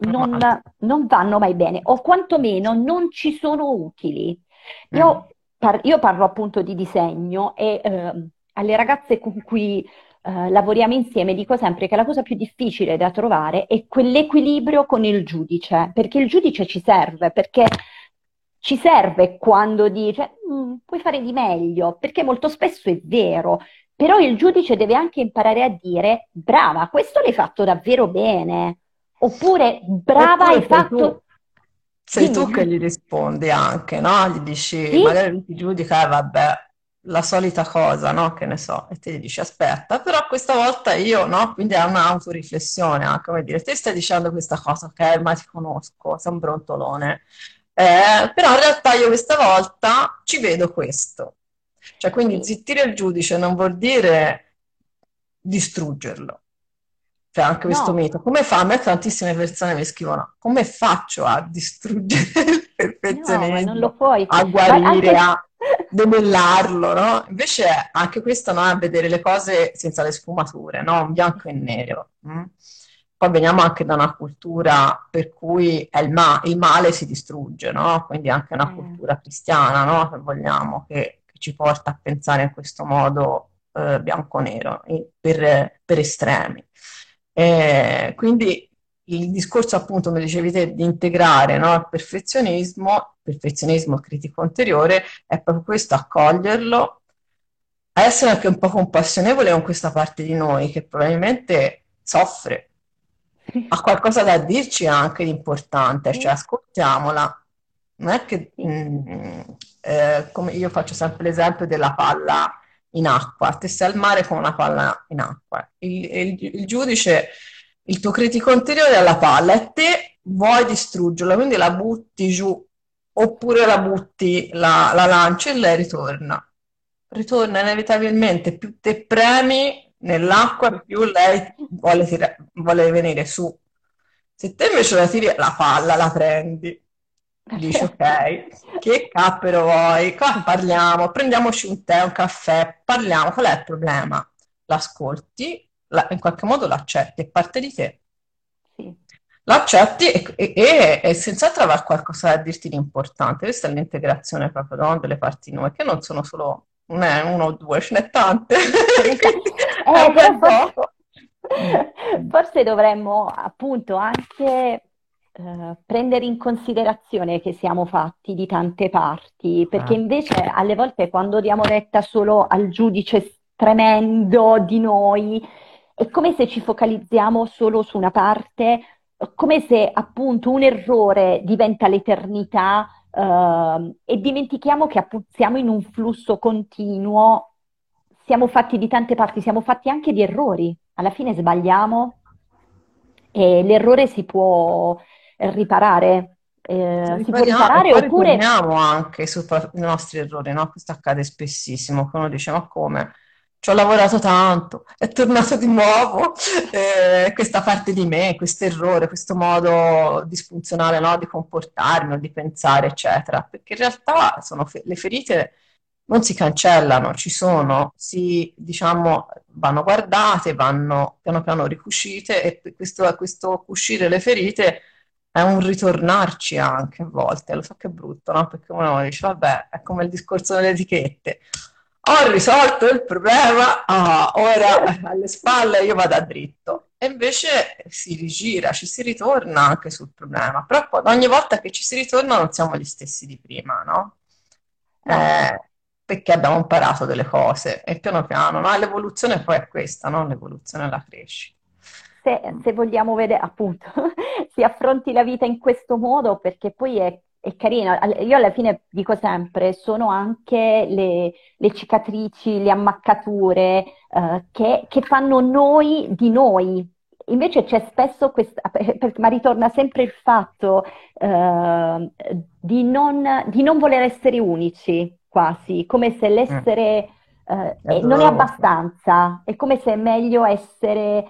male. non vanno mai bene, o quantomeno non ci sono utili. Mm. Io parlo appunto di disegno e alle ragazze con cui lavoriamo insieme dico sempre che la cosa più difficile da trovare è quell'equilibrio con il giudice, perché il giudice ci serve, perché ci serve quando dice puoi fare di meglio, perché molto spesso è vero, però il giudice deve anche imparare a dire brava, questo l'hai fatto davvero bene, oppure brava, hai Oppure fatto... sei tu che Dimmi. gli rispondi anche, no? Gli dici, Sì? magari lui ti giudica, vabbè, la solita cosa, no? Che ne so, e te gli dici, aspetta, però questa volta io, no? Quindi è un'autoriflessione, anche, come dire, te stai dicendo questa cosa, ok, ma ti conosco, sei un brontolone. Però in realtà io questa volta ci vedo questo. Cioè, quindi Sì, zittire il giudice non vuol dire distruggerlo. C'è anche questo no, mito. Come fa? A me tantissime persone mi scrivono: come faccio a distruggere il no, ma non lo perfezionismo, puoi, a ma guarire, anche... a debellarlo, no? Invece anche questo, no? È a vedere le cose senza le sfumature, no? Un bianco e nero. Mm? Poi veniamo anche da una cultura per cui è il male si distrugge, no? Quindi anche una Eh, cultura cristiana, no? Se vogliamo, che ci porta a pensare in questo modo bianco-nero, per estremi. Quindi il discorso, appunto, come dicevi te, di integrare, no, il perfezionismo critico interiore, è proprio questo, accoglierlo, essere anche un po' compassionevole con questa parte di noi che probabilmente soffre, sì, ha qualcosa da dirci anche di importante, cioè sì, ascoltiamola. Non è che, sì, come io faccio sempre l'esempio della palla in acqua, te sei al mare con una palla in acqua, il giudice, il tuo critico interiore è la palla e te vuoi distruggerla, quindi la butti giù, oppure la butti, la lanci e lei ritorna. Ritorna inevitabilmente, più te premi nell'acqua, più lei vuole venire su. Se te invece la tiri la palla, la prendi, dici ok, che cappero vuoi? Qua parliamo, prendiamoci un tè, un caffè, parliamo, qual è il problema? L'ascolti, in qualche modo l'accetti, è parte di te. sì. L'accetti e senz'altro avrà qualcosa da dirti di importante. Questa è l'integrazione proprio, no, delle parti noi, che non sono solo non è uno o due, ce n'è tante. Ce ne sta- Quindi è un Però bel gioco. Mm. forse dovremmo appunto anche prendere in considerazione che siamo fatti di tante parti, perché Ah. invece alle volte quando diamo retta solo al giudice tremendo di noi, è come se ci focalizziamo solo su una parte, come se appunto un errore diventa l'eternità, e dimentichiamo che appunto siamo in un flusso continuo, siamo fatti di tante parti, siamo fatti anche di errori. Alla fine sbagliamo e l'errore si può riparare, Ci si può ripariamo e riparare poi oppure ritorniamo anche sui nostri errori, no? Questo accade spessissimo, che uno dice, ma come? Ci ho lavorato tanto, è tornato di nuovo questa parte di me, questo errore, questo modo disfunzionale, no? Di comportarmi o di pensare, eccetera. Perché in realtà le ferite non si cancellano, ci no. sono, diciamo, vanno guardate, vanno piano piano ricucite e questo cuscire le ferite è un ritornarci anche a volte, lo so che è brutto, no? Perché uno dice, vabbè, è come il discorso delle etichette. Ho risolto il problema, ora alle spalle io vado a dritto. E invece si rigira, ci si ritorna anche sul problema. Però ogni volta che ci si ritorna non siamo gli stessi di prima, no? No, Perché abbiamo imparato delle cose e piano piano, no? L'evoluzione poi è questa, no? L'evoluzione è la crescita. se vogliamo vedere, appunto, si affronti la vita in questo modo perché poi è carino. Io alla fine dico sempre, sono anche le cicatrici, le ammaccature, che fanno noi di noi. Invece c'è spesso questa, ma ritorna sempre il fatto di non voler essere unici, quasi, come se Mm, l'essere è non è doloroso. abbastanza, è come se è meglio essere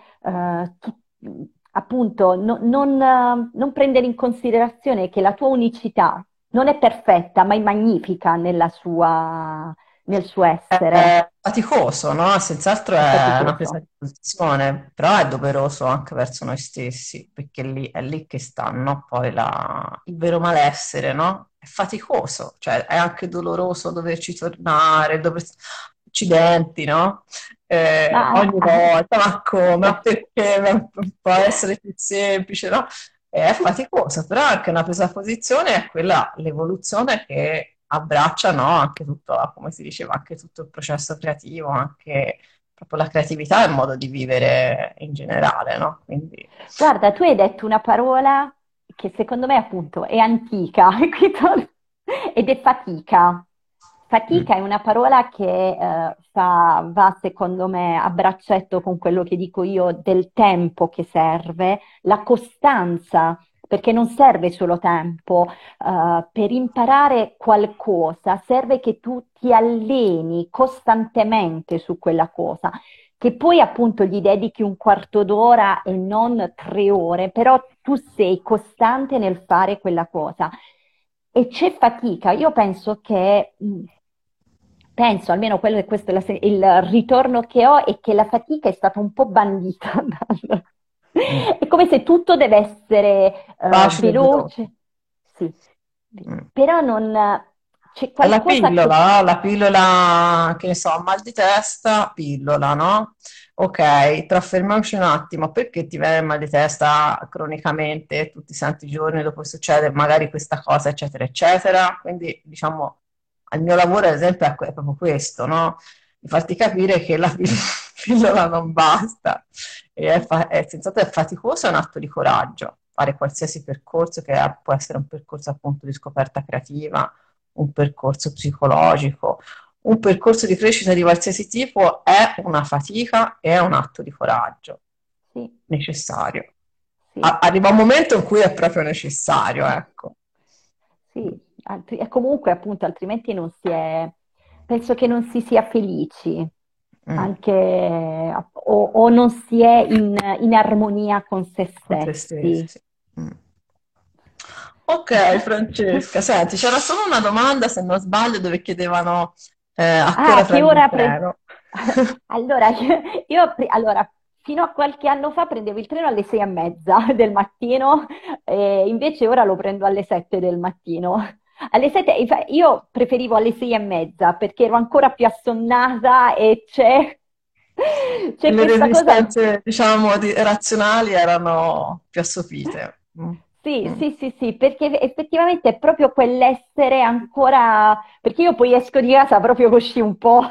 appunto non prendere in considerazione che la tua unicità non è perfetta, ma è magnifica nel suo essere. faticoso, no? Senz'altro è è una presa faticoso. di posizione, però è doveroso anche verso noi stessi, perché è lì che sta, no? Poi il vero malessere, no? È faticoso, cioè è anche doloroso doverci tornare, accidenti, no? Ma Ogni volta, ma come? Ma sì. perché? Ma può essere più semplice, no? È faticoso, però anche una presa posizione è quella, l'evoluzione che abbraccia, no? Anche tutto, come si diceva, anche tutto il processo creativo, anche proprio la creatività e il modo di vivere in generale, no? Quindi, Guarda, tu hai detto una parola che secondo me appunto è antica e ed è fatica. mm, Fatica è una parola che va secondo me a braccetto con quello che dico io del tempo che serve, la costanza, perché non serve solo tempo, per imparare qualcosa, serve che tu ti alleni costantemente su quella cosa che poi appunto gli dedichi un quarto d'ora e non 3 ore, però tu sei costante nel fare quella cosa. E c'è fatica. Io penso che, penso, almeno quello, questo è il ritorno che ho, è che la fatica è stata un po' bandita. mm, È come se tutto deve essere facile e veloce. veloce, sì, Mm. però non c'è È la qualcosa che... pillola, no? La pillola, che ne so, mal di testa, pillola, no? Ok, trasformiamoci un attimo, perché ti viene il mal di testa cronicamente, tutti i santi giorni dopo succede magari questa cosa, eccetera, eccetera. Quindi, diciamo, il mio lavoro, ad esempio, è proprio questo, no? Di farti capire che la pillola non basta, senz'altro è faticoso, è un atto di coraggio, fare qualsiasi percorso può essere un percorso appunto di scoperta creativa, un percorso psicologico, un percorso di crescita di qualsiasi tipo è una fatica e è un atto di coraggio Sì, necessario. sì. Arriva un momento in cui è proprio necessario, ecco. Sì, e comunque appunto altrimenti non si è, penso che non si sia felici, Mm, anche, o non si è in armonia con se con te stessi. stessi. Mm. Ok, Francesca, senti, c'era solo una domanda, se non sbaglio, dove chiedevano a che ora Ah, che prendi il ora treno. Allora, allora, fino a qualche anno fa prendevo il treno alle 6:30 del mattino, e invece ora lo prendo alle 7 del mattino. Alle 7, io preferivo alle 6:30 perché ero ancora più assonnata e c'è Le questa cosa. resistenze, diciamo, razionali erano più assopite. Mm, Sì, mm. sì, sì, sì, perché effettivamente è proprio quell'essere ancora, perché io poi esco di casa proprio così un po',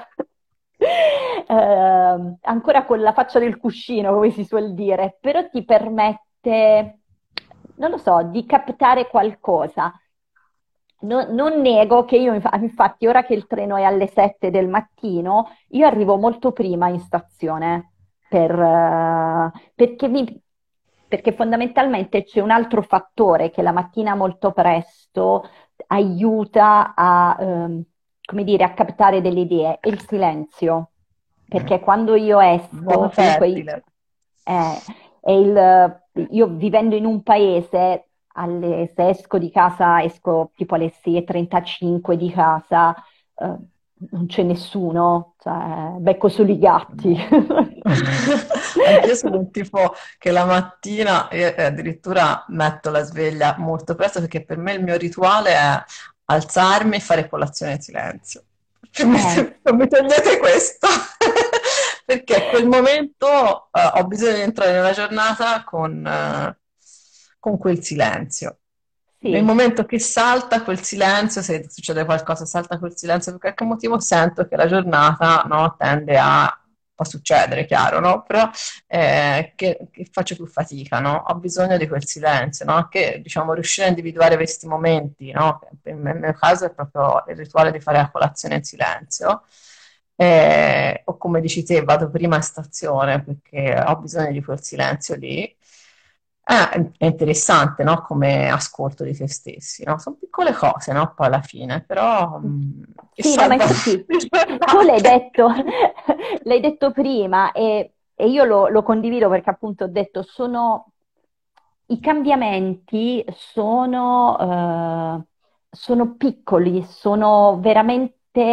ancora con la faccia del cuscino, come si suol dire, però ti permette, non lo so, di captare qualcosa. Non nego che io, infatti, ora che il treno è alle 7 del mattino, io arrivo molto prima in stazione perché, perché fondamentalmente c'è un altro fattore che la mattina molto presto aiuta a, come dire, a captare delle idee, è il silenzio. Mm. Perché quando io Luogo esco, comunque, fertile. eh, io vivendo in un paese, se esco di casa, esco tipo alle 6:35 di casa, non c'è nessuno, cioè, becco solo i gatti. No. Anch'io sono un tipo che la mattina addirittura metto la sveglia molto presto perché per me il mio rituale è alzarmi e fare colazione in silenzio. Cioè, Eh, non mi togliete questo perché a quel momento ho bisogno di entrare nella giornata con quel silenzio. Nel sì, momento che salta quel silenzio, se succede qualcosa, salta quel silenzio per qualche motivo, sento che la giornata, no, tende a, può succedere, chiaro, no? Però che faccio più fatica, no? Ho bisogno di quel silenzio, no? Che, diciamo, riuscire a individuare questi momenti, no? Nel mio caso è proprio il rituale di fare la colazione in silenzio. O come dici te, vado prima in stazione perché ho bisogno di quel silenzio lì. È interessante, no? Come ascolto di te stessi, no? Sono piccole cose, no? Poi alla fine, però che sì, no, ma salvano infatti le tu l'hai giornate. detto, l'hai detto prima e io lo condivido perché appunto ho detto, i cambiamenti sono piccoli, sono veramente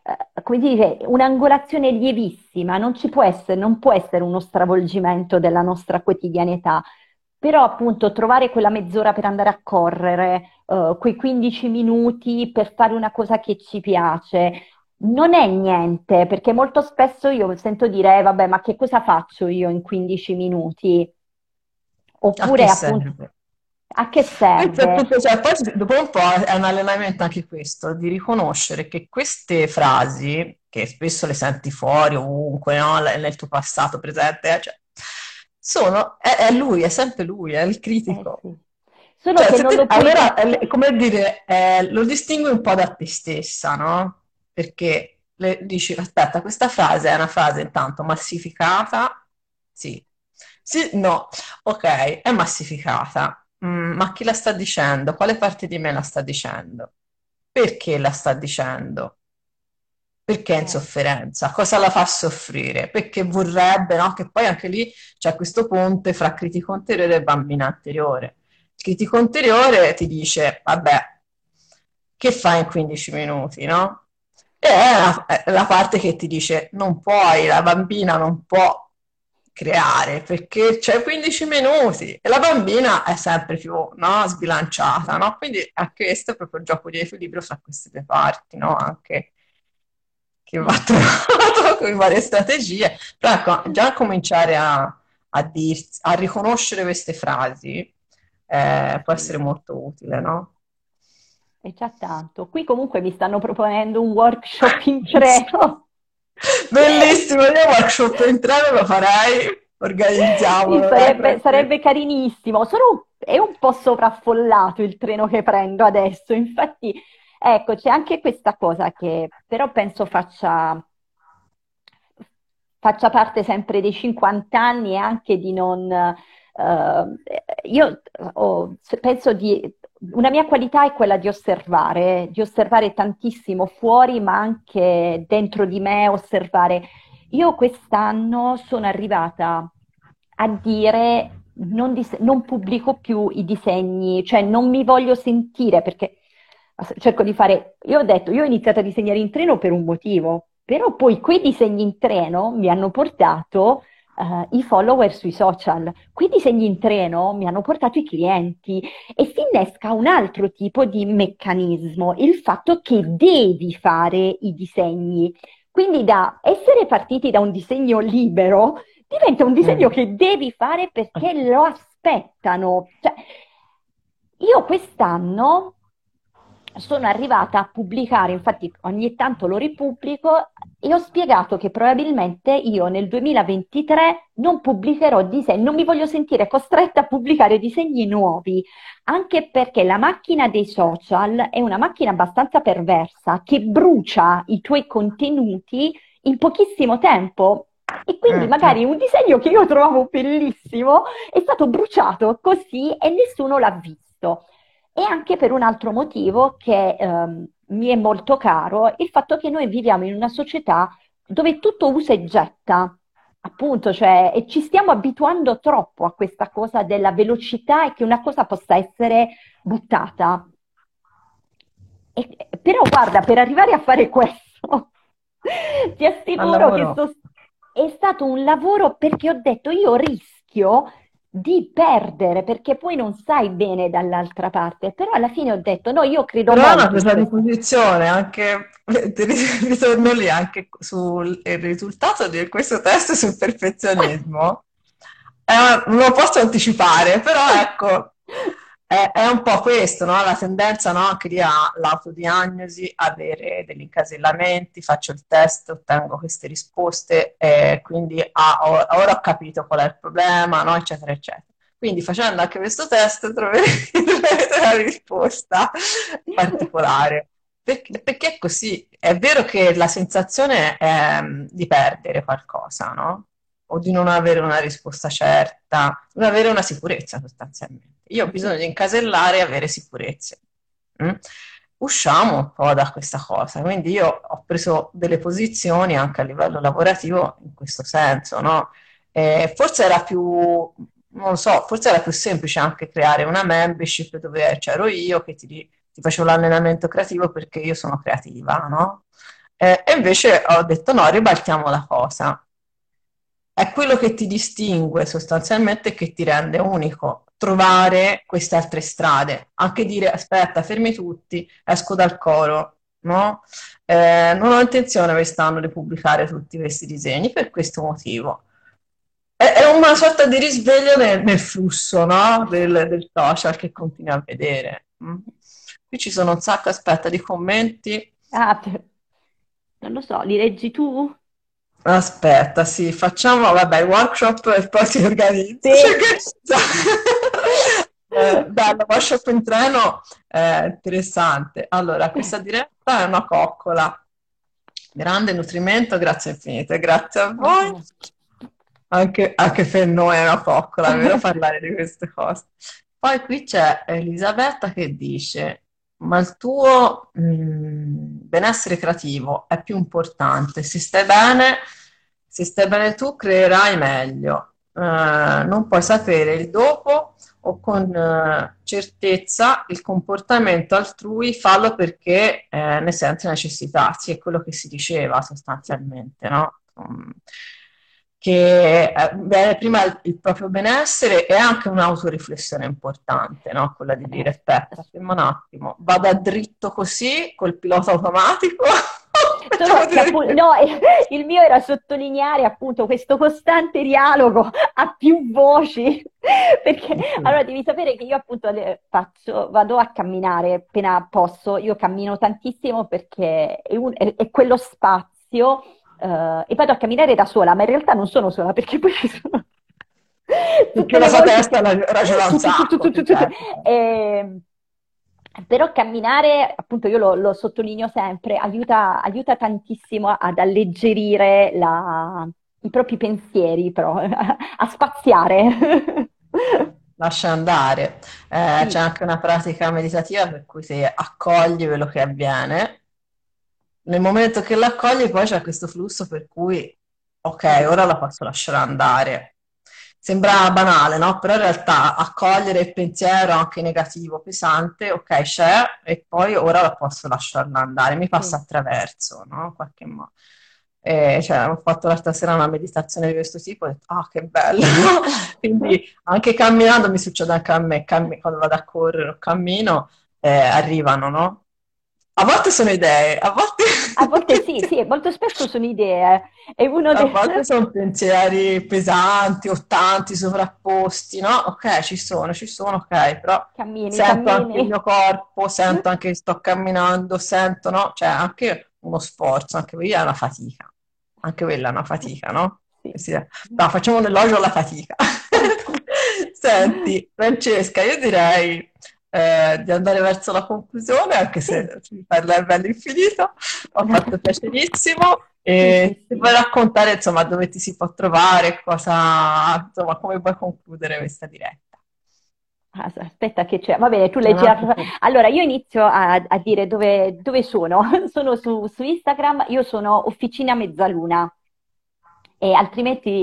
come dire, un'angolazione lievissima, non ci può essere, non può essere uno stravolgimento della nostra quotidianità. Però appunto trovare quella mezz'ora per andare a correre, quei 15 minuti per fare una cosa che ci piace, non è niente, perché molto spesso io sento dire, vabbè, ma che cosa faccio io in 15 minuti? A che Oppure appunto, serve? a che Questo serve? appunto, cioè, poi dopo un po' è un allenamento anche questo, di riconoscere che queste frasi, che spesso le senti fuori ovunque, no? Nel tuo passato presente, cioè, è lui, è sempre lui, è il Eh critico. sì. Solo Cioè, che non lo puoi allora, dire. è come dire, lo distingui un po' da te stessa, no? Perché dici, aspetta, questa frase è una frase intanto massificata, sì, sì, no, ok, è massificata. Ma chi la sta dicendo? Quale parte di me la sta dicendo? Perché la sta dicendo? Perché è in Eh, sofferenza? Cosa la fa soffrire? Perché vorrebbe, no? Che poi anche lì c'è questo ponte fra critico interiore e bambina anteriore. Il critico interiore ti dice, vabbè, che fai in 15 minuti, no? E è la parte che ti dice, non puoi, la bambina non può creare perché c'è 15 minuti e la bambina è sempre più, no, sbilanciata, no? Quindi anche questo è proprio il gioco di equilibrio fra queste due parti, no? Anche che va mm. trovato con varie strategie, però ecco, già cominciare a riconoscere queste frasi può essere Sì, molto utile, no? è già tanto. Qui comunque mi stanno proponendo un workshop in Sì. treno. Bellissimo, io workshop in treno lo farei, Sì, organizziamolo, dai, sarebbe, tranquillo. sarebbe carinissimo. È un po' sovraffollato il treno che prendo adesso. Infatti, ecco, c'è anche questa cosa che però penso faccia parte sempre dei 50 anni e anche di non... io penso di... Una mia qualità è quella di osservare tantissimo fuori, ma anche dentro di me, osservare. Io quest'anno sono arrivata a dire non pubblico più i disegni, cioè non mi voglio sentire perché cerco di fare. Io ho detto, io ho iniziato a disegnare in treno per un motivo, però poi quei disegni in treno mi hanno portato i follower sui social, quei disegni in treno mi hanno portato i clienti e si innesca un altro tipo di meccanismo, il fatto che devi fare i disegni. Quindi da essere partiti da un disegno libero diventa un disegno Mm. che devi fare perché lo aspettano. Cioè, io quest'anno sono arrivata a pubblicare, infatti ogni tanto lo ripubblico, e ho spiegato che probabilmente io nel 2023 non pubblicherò disegni, non mi voglio sentire costretta a pubblicare disegni nuovi, anche perché la macchina dei social è una macchina abbastanza perversa che brucia i tuoi contenuti in pochissimo tempo. E quindi magari un disegno che io trovavo bellissimo è stato bruciato così e nessuno l'ha visto. E anche per un altro motivo che mi è molto caro, il fatto che noi viviamo in una società dove tutto usa e getta, appunto, cioè, e ci stiamo abituando troppo a questa cosa della velocità e che una cosa possa essere buttata. Però guarda, per arrivare a fare questo, ti Al assicuro che lavoro. è stato un lavoro perché ho detto io rischio di perdere perché poi non sai bene dall'altra parte, però alla fine ho detto no, io credo Però è una molto in presa di questa. posizione, anche, ritorno lì anche sul il risultato di questo test sul perfezionismo. Non lo posso anticipare, però ecco, è un po' questo, no? La tendenza, no? Anche lì all'autodiagnosi, avere degli incasellamenti, faccio il test, ottengo queste risposte, quindi ora ho capito qual è il problema, no? Eccetera, eccetera. Quindi facendo anche questo test troverete la risposta particolare. Perché è così? È vero che la sensazione è di perdere qualcosa, no? O di non avere una risposta certa, non avere una sicurezza sostanzialmente. Io ho bisogno di incasellare e avere sicurezze. Mm? Usciamo un po' da questa cosa, quindi io ho preso delle posizioni anche a livello lavorativo in questo senso, no? Forse era più, non lo so, forse era più semplice anche creare una membership dove c'ero io che ti facevo l'allenamento creativo perché io sono creativa, no? E invece ho detto no, ribaltiamo la cosa. È quello che ti distingue sostanzialmente e che ti rende unico. Trovare queste altre strade, anche dire aspetta, fermi tutti, esco dal coro, no? Non ho intenzione quest'anno di pubblicare tutti questi disegni per questo motivo. È una sorta di risveglio nel flusso, no? Del social che continui a vedere. Mm. Qui ci sono un sacco, aspetta, di commenti. Ah, non lo so, li leggi tu? Aspetta, sì, facciamo, vabbè, il workshop e poi si organizza. Si Sì. organizza. Bello, workshop in treno, interessante. Allora, questa diretta è una coccola. Grande nutrimento, grazie infinite, grazie a voi. Oh. Anche per noi è una coccola, è vero parlare di queste cose. Poi qui c'è Elisabetta che dice, ma il tuo benessere creativo è più importante. Se stai bene tu, creerai meglio. Non puoi sapere il dopo o con certezza il comportamento altrui, fallo perché ne senti necessità. Sì, è quello che si diceva sostanzialmente, no? Che bene, prima il proprio benessere è anche un'autoriflessione importante, no? Quella di dire aspetta, ferma un attimo, vado a dritto così col pilota automatico. Facciamo Solo che dire appunto, no, il mio era sottolineare appunto questo costante dialogo a più voci, perché allora devi sapere che io appunto vado a camminare appena posso, io cammino tantissimo perché è quello spazio e vado a camminare da sola, ma in realtà non sono sola perché poi ci sono perché tutte la le sua voci. testa ragiona un sacco, E- Però camminare, appunto, io lo sottolineo sempre, aiuta tantissimo ad alleggerire i propri pensieri, però, a spaziare. lascia andare. C'è Sì, anche una pratica meditativa per cui si accoglie quello che avviene. Nel momento che l'accogli, poi c'è questo flusso per cui, ok, ora la posso lasciare andare. Sembra banale, no? Però in realtà accogliere il pensiero anche negativo, pesante, ok, c'è, e poi ora la posso lasciarla andare, mi passa sì. attraverso, no? In qualche modo. Cioè, ho fatto l'altra sera una meditazione di questo tipo, ho detto, ah, che bello! Quindi anche camminando mi succede anche a me, quando vado a correre o cammino, arrivano, no? A volte sono idee, a volte, A volte sì, sì, molto spesso sono idee. E uno a dei... volte sono pensieri pesanti o tanti sovrapposti, no? Ok, ci sono, ok, però Cammini, sento anche il cammini. mio corpo, sento anche che sto camminando, sento, no? Cioè anche uno sforzo, anche quella è una fatica, anche quella è una fatica, no? Sì. Sì. No, facciamo un elogio alla fatica. Senti, Francesca, io direi di andare verso la conclusione, anche Sì, se mi parla è bello infinito. Ho fatto piacerissimo. sì, E sì, se vuoi sì. raccontare, insomma, dove ti si può trovare, cosa, insomma, come vuoi concludere questa diretta? Aspetta che c'è. Va bene, tu C'è un leggi. attimo. Allora, io inizio a dire dove sono. Sono su Instagram, io sono Officina Mezzaluna e altrimenti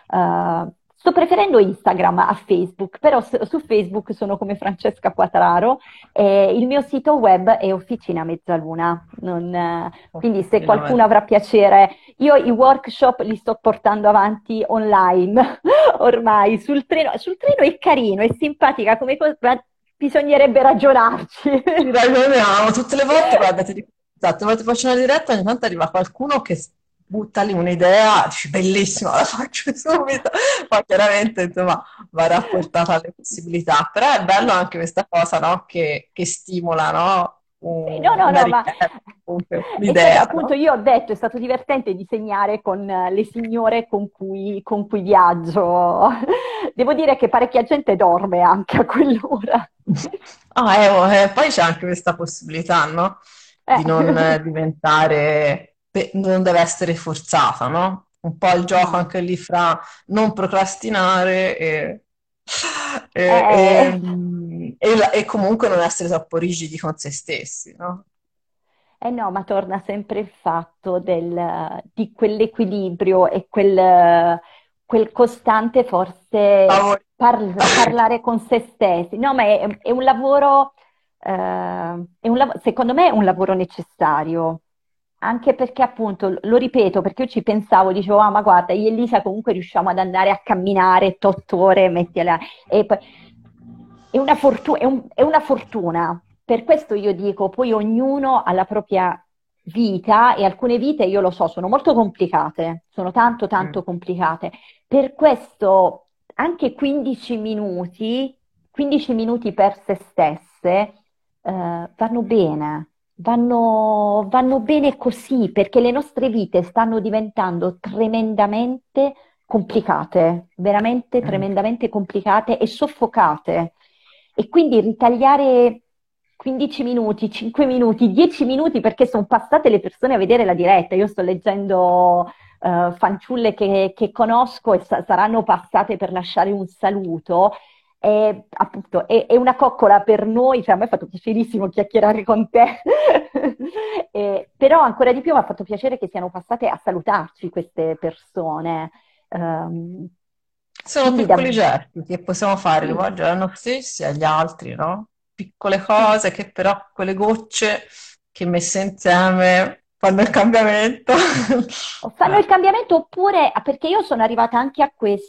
sto preferendo Instagram a Facebook, però su Facebook sono come Francesca Quatraro e il mio sito web è Officina Mezzaluna. Quindi se qualcuno avrà piacere, io i workshop li sto portando avanti online ormai sul treno è carino, è simpatica come cosa, ma bisognerebbe ragionarci. Ci ragioniamo tutte le volte, guarda, ti dico, esatto, quando faccio una diretta ogni tanto arriva qualcuno che butta lì un'idea, dici bellissima, la faccio subito, poi chiaramente insomma va rapportata alle possibilità, però è bello anche questa cosa, no? Che stimola, no? Sì, no, no, Una no, ma richiesta, comunque è stato un'idea, appunto, no? io ho detto, è stato divertente disegnare con le signore con cui viaggio. Devo dire che parecchia gente dorme anche a quell'ora. Ah, poi c'è anche questa possibilità, no? Di non Eh. diventare, non deve essere forzata, no? Un po' il gioco No. anche lì fra non procrastinare e, Eh, e comunque non essere troppo rigidi con se stessi, no? Eh no, ma torna sempre il fatto di quell'equilibrio e quel costante forse Lavori- parlare con se stessi. No, ma è un lavoro, secondo me è un lavoro necessario. Anche perché appunto, lo ripeto, perché io ci pensavo, dicevo, ah ma guarda, io e Elisa comunque riusciamo ad andare a camminare 8 ore, e poi è una fortuna. Per questo io dico, poi ognuno ha la propria vita e alcune vite, io lo so, sono molto complicate, sono tanto Mm. tanto complicate. Per questo anche 15 minuti per se stesse, vanno bene. Vanno bene così perché le nostre vite stanno diventando tremendamente complicate, veramente Mm. tremendamente complicate e soffocate. E quindi ritagliare 15 minuti, 5 minuti, 10 minuti perché sono passate le persone a vedere la diretta. Io sto leggendo fanciulle che conosco e saranno passate per lasciare un saluto. Appunto, è una coccola per noi, cioè a me ha fatto piacerissimo chiacchierare con te, però ancora di più mi ha fatto piacere che siano passate a salutarci queste persone. Ehm, Sono quindi piccoli davvero. gesti che possiamo fare, Sì, rivolgere a noi stessi e agli altri, no? Piccole sì. cose che però, quelle gocce che messe insieme fanno il cambiamento. O fanno il cambiamento oppure perché io sono arrivata anche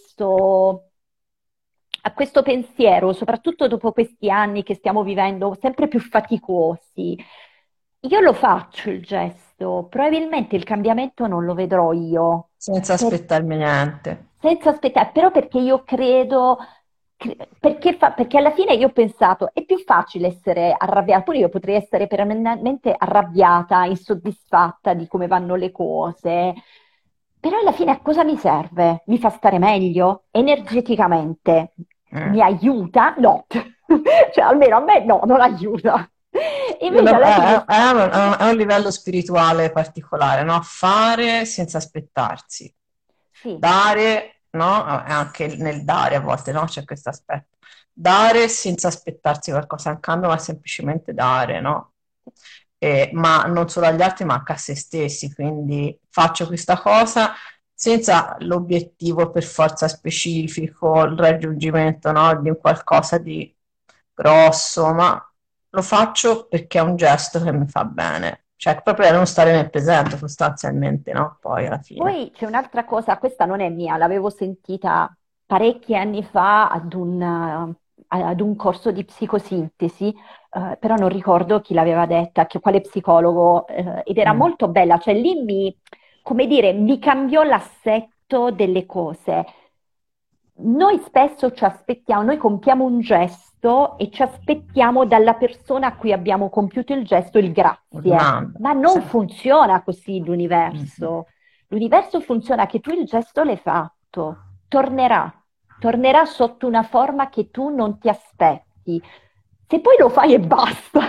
a questo pensiero, soprattutto dopo questi anni che stiamo vivendo sempre più faticosi. Io lo faccio il gesto, probabilmente il cambiamento non lo vedrò io, Senza per- aspettarmi niente. senza aspettare, però perché io credo, perché alla fine io ho pensato, è più facile essere arrabbiata, pure io potrei essere perennemente arrabbiata, insoddisfatta di come vanno le cose, però alla fine a cosa mi serve? Mi fa stare meglio? Energeticamente mi Mm. aiuta? No, cioè almeno a me no, non aiuta. Invece alla fine È un livello spirituale particolare, no? Fare senza aspettarsi, sì, dare, no? Anche nel dare a volte, no? C'è questo aspetto. Dare senza aspettarsi qualcosa in cambio, ma semplicemente dare, no? Ma non solo agli altri, ma anche a se stessi. Quindi faccio questa cosa senza l'obiettivo per forza specifico, il raggiungimento, no? Di un qualcosa di grosso, ma lo faccio perché è un gesto che mi fa bene, cioè proprio non stare nel presente sostanzialmente, no? Poi alla fine. poi c'è un'altra cosa, questa non è mia, l'avevo sentita parecchi anni fa ad un corso di psicosintesi, però non ricordo chi l'aveva detta, quale psicologo, ed era Mm. molto bella, cioè lì come dire, mi cambiò l'assetto delle cose. Noi spesso ci aspettiamo, noi compiamo un gesto e ci aspettiamo dalla persona a cui abbiamo compiuto il gesto il grazie, Rimanda, ma sì. non funziona così Mm. l'universo. L'universo funziona che tu il gesto l'hai fatto, tornerà sotto una forma che tu non ti aspetti. Se poi lo fai e basta,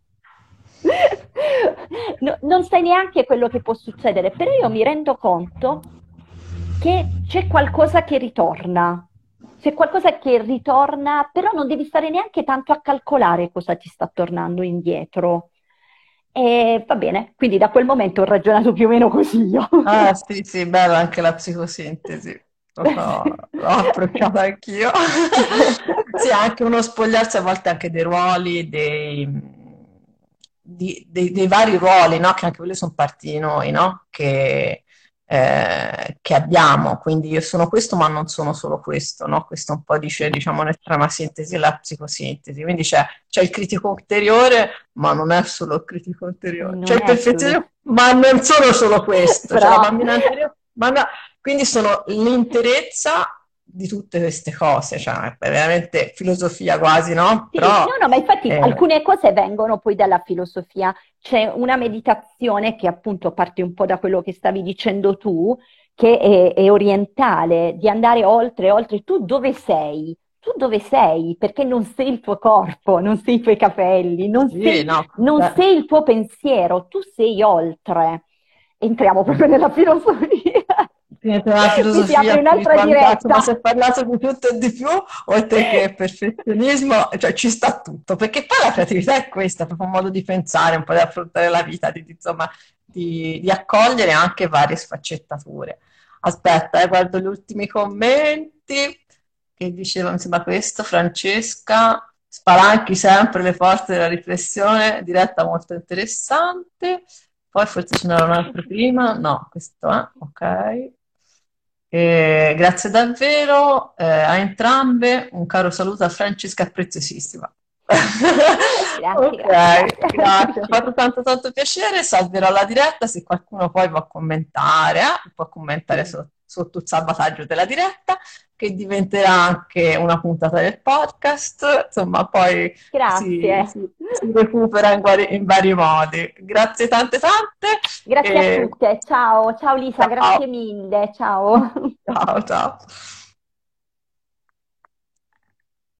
non sai neanche quello che può succedere, però io mi rendo conto che c'è qualcosa che ritorna. C'è qualcosa che ritorna, però non devi stare neanche tanto a calcolare cosa ti sta tornando indietro. E va bene, quindi da quel momento ho ragionato più o meno così io. Ah, sì, sì, bella anche la psicosintesi. L'ho approcciata anch'io. Sì, anche uno spogliarsi a volte anche dei ruoli, dei vari ruoli, no? Che anche quelli sono parti di noi, no? Che abbiamo. Quindi io sono questo, ma non sono solo questo, no? Questo un po' dice, diciamo, nell'estrema sintesi la psicosintesi. Quindi c'è il critico interiore, ma non è solo il critico interiore. C'è Non il è solo... perfezionista, ma non sono solo questo, c'è la Bravo. bambina interiore, ma quindi sono l'interezza di tutte queste cose, cioè è veramente filosofia quasi, no? Sì, Però no, no, ma infatti eh, alcune cose vengono poi dalla filosofia. C'è una meditazione che appunto parte un po' da quello che stavi dicendo tu, che è orientale, di andare oltre, oltre. Tu dove sei? Tu dove sei? Perché non sei il tuo corpo, non sei i tuoi capelli, sì, no, non sei il tuo pensiero, tu sei oltre. Entriamo proprio nella filosofia. la Mi si filosofia, apre un'altra spiritualità, insomma, si diretta. è parlato di tutto e di più, oltre che perfezionismo, cioè ci sta tutto, perché poi la creatività è questa, è proprio un modo di pensare, un po' di affrontare la vita, insomma, di accogliere anche varie sfaccettature. Aspetta, guardo gli ultimi commenti che diceva, mi sembra questo, Francesca, spalanchi sempre le porte della riflessione, diretta molto interessante. Poi forse ce n'era un altro prima, no, questo è, ok. Grazie davvero a entrambe, un caro saluto a Francesca preziosissima. Grazie, Ok, grazie, grazie, ha grazie. fatto tanto tanto piacere, salverò la diretta se qualcuno poi può commentare Sì. sotto il salvataggio della diretta, che diventerà anche una puntata del podcast, insomma poi Grazie. si recupera in vari modi. Grazie tante tante Grazie a e tutte. Ciao, ciao Lisa, grazie ciao, mille. Ciao. ciao, ciao.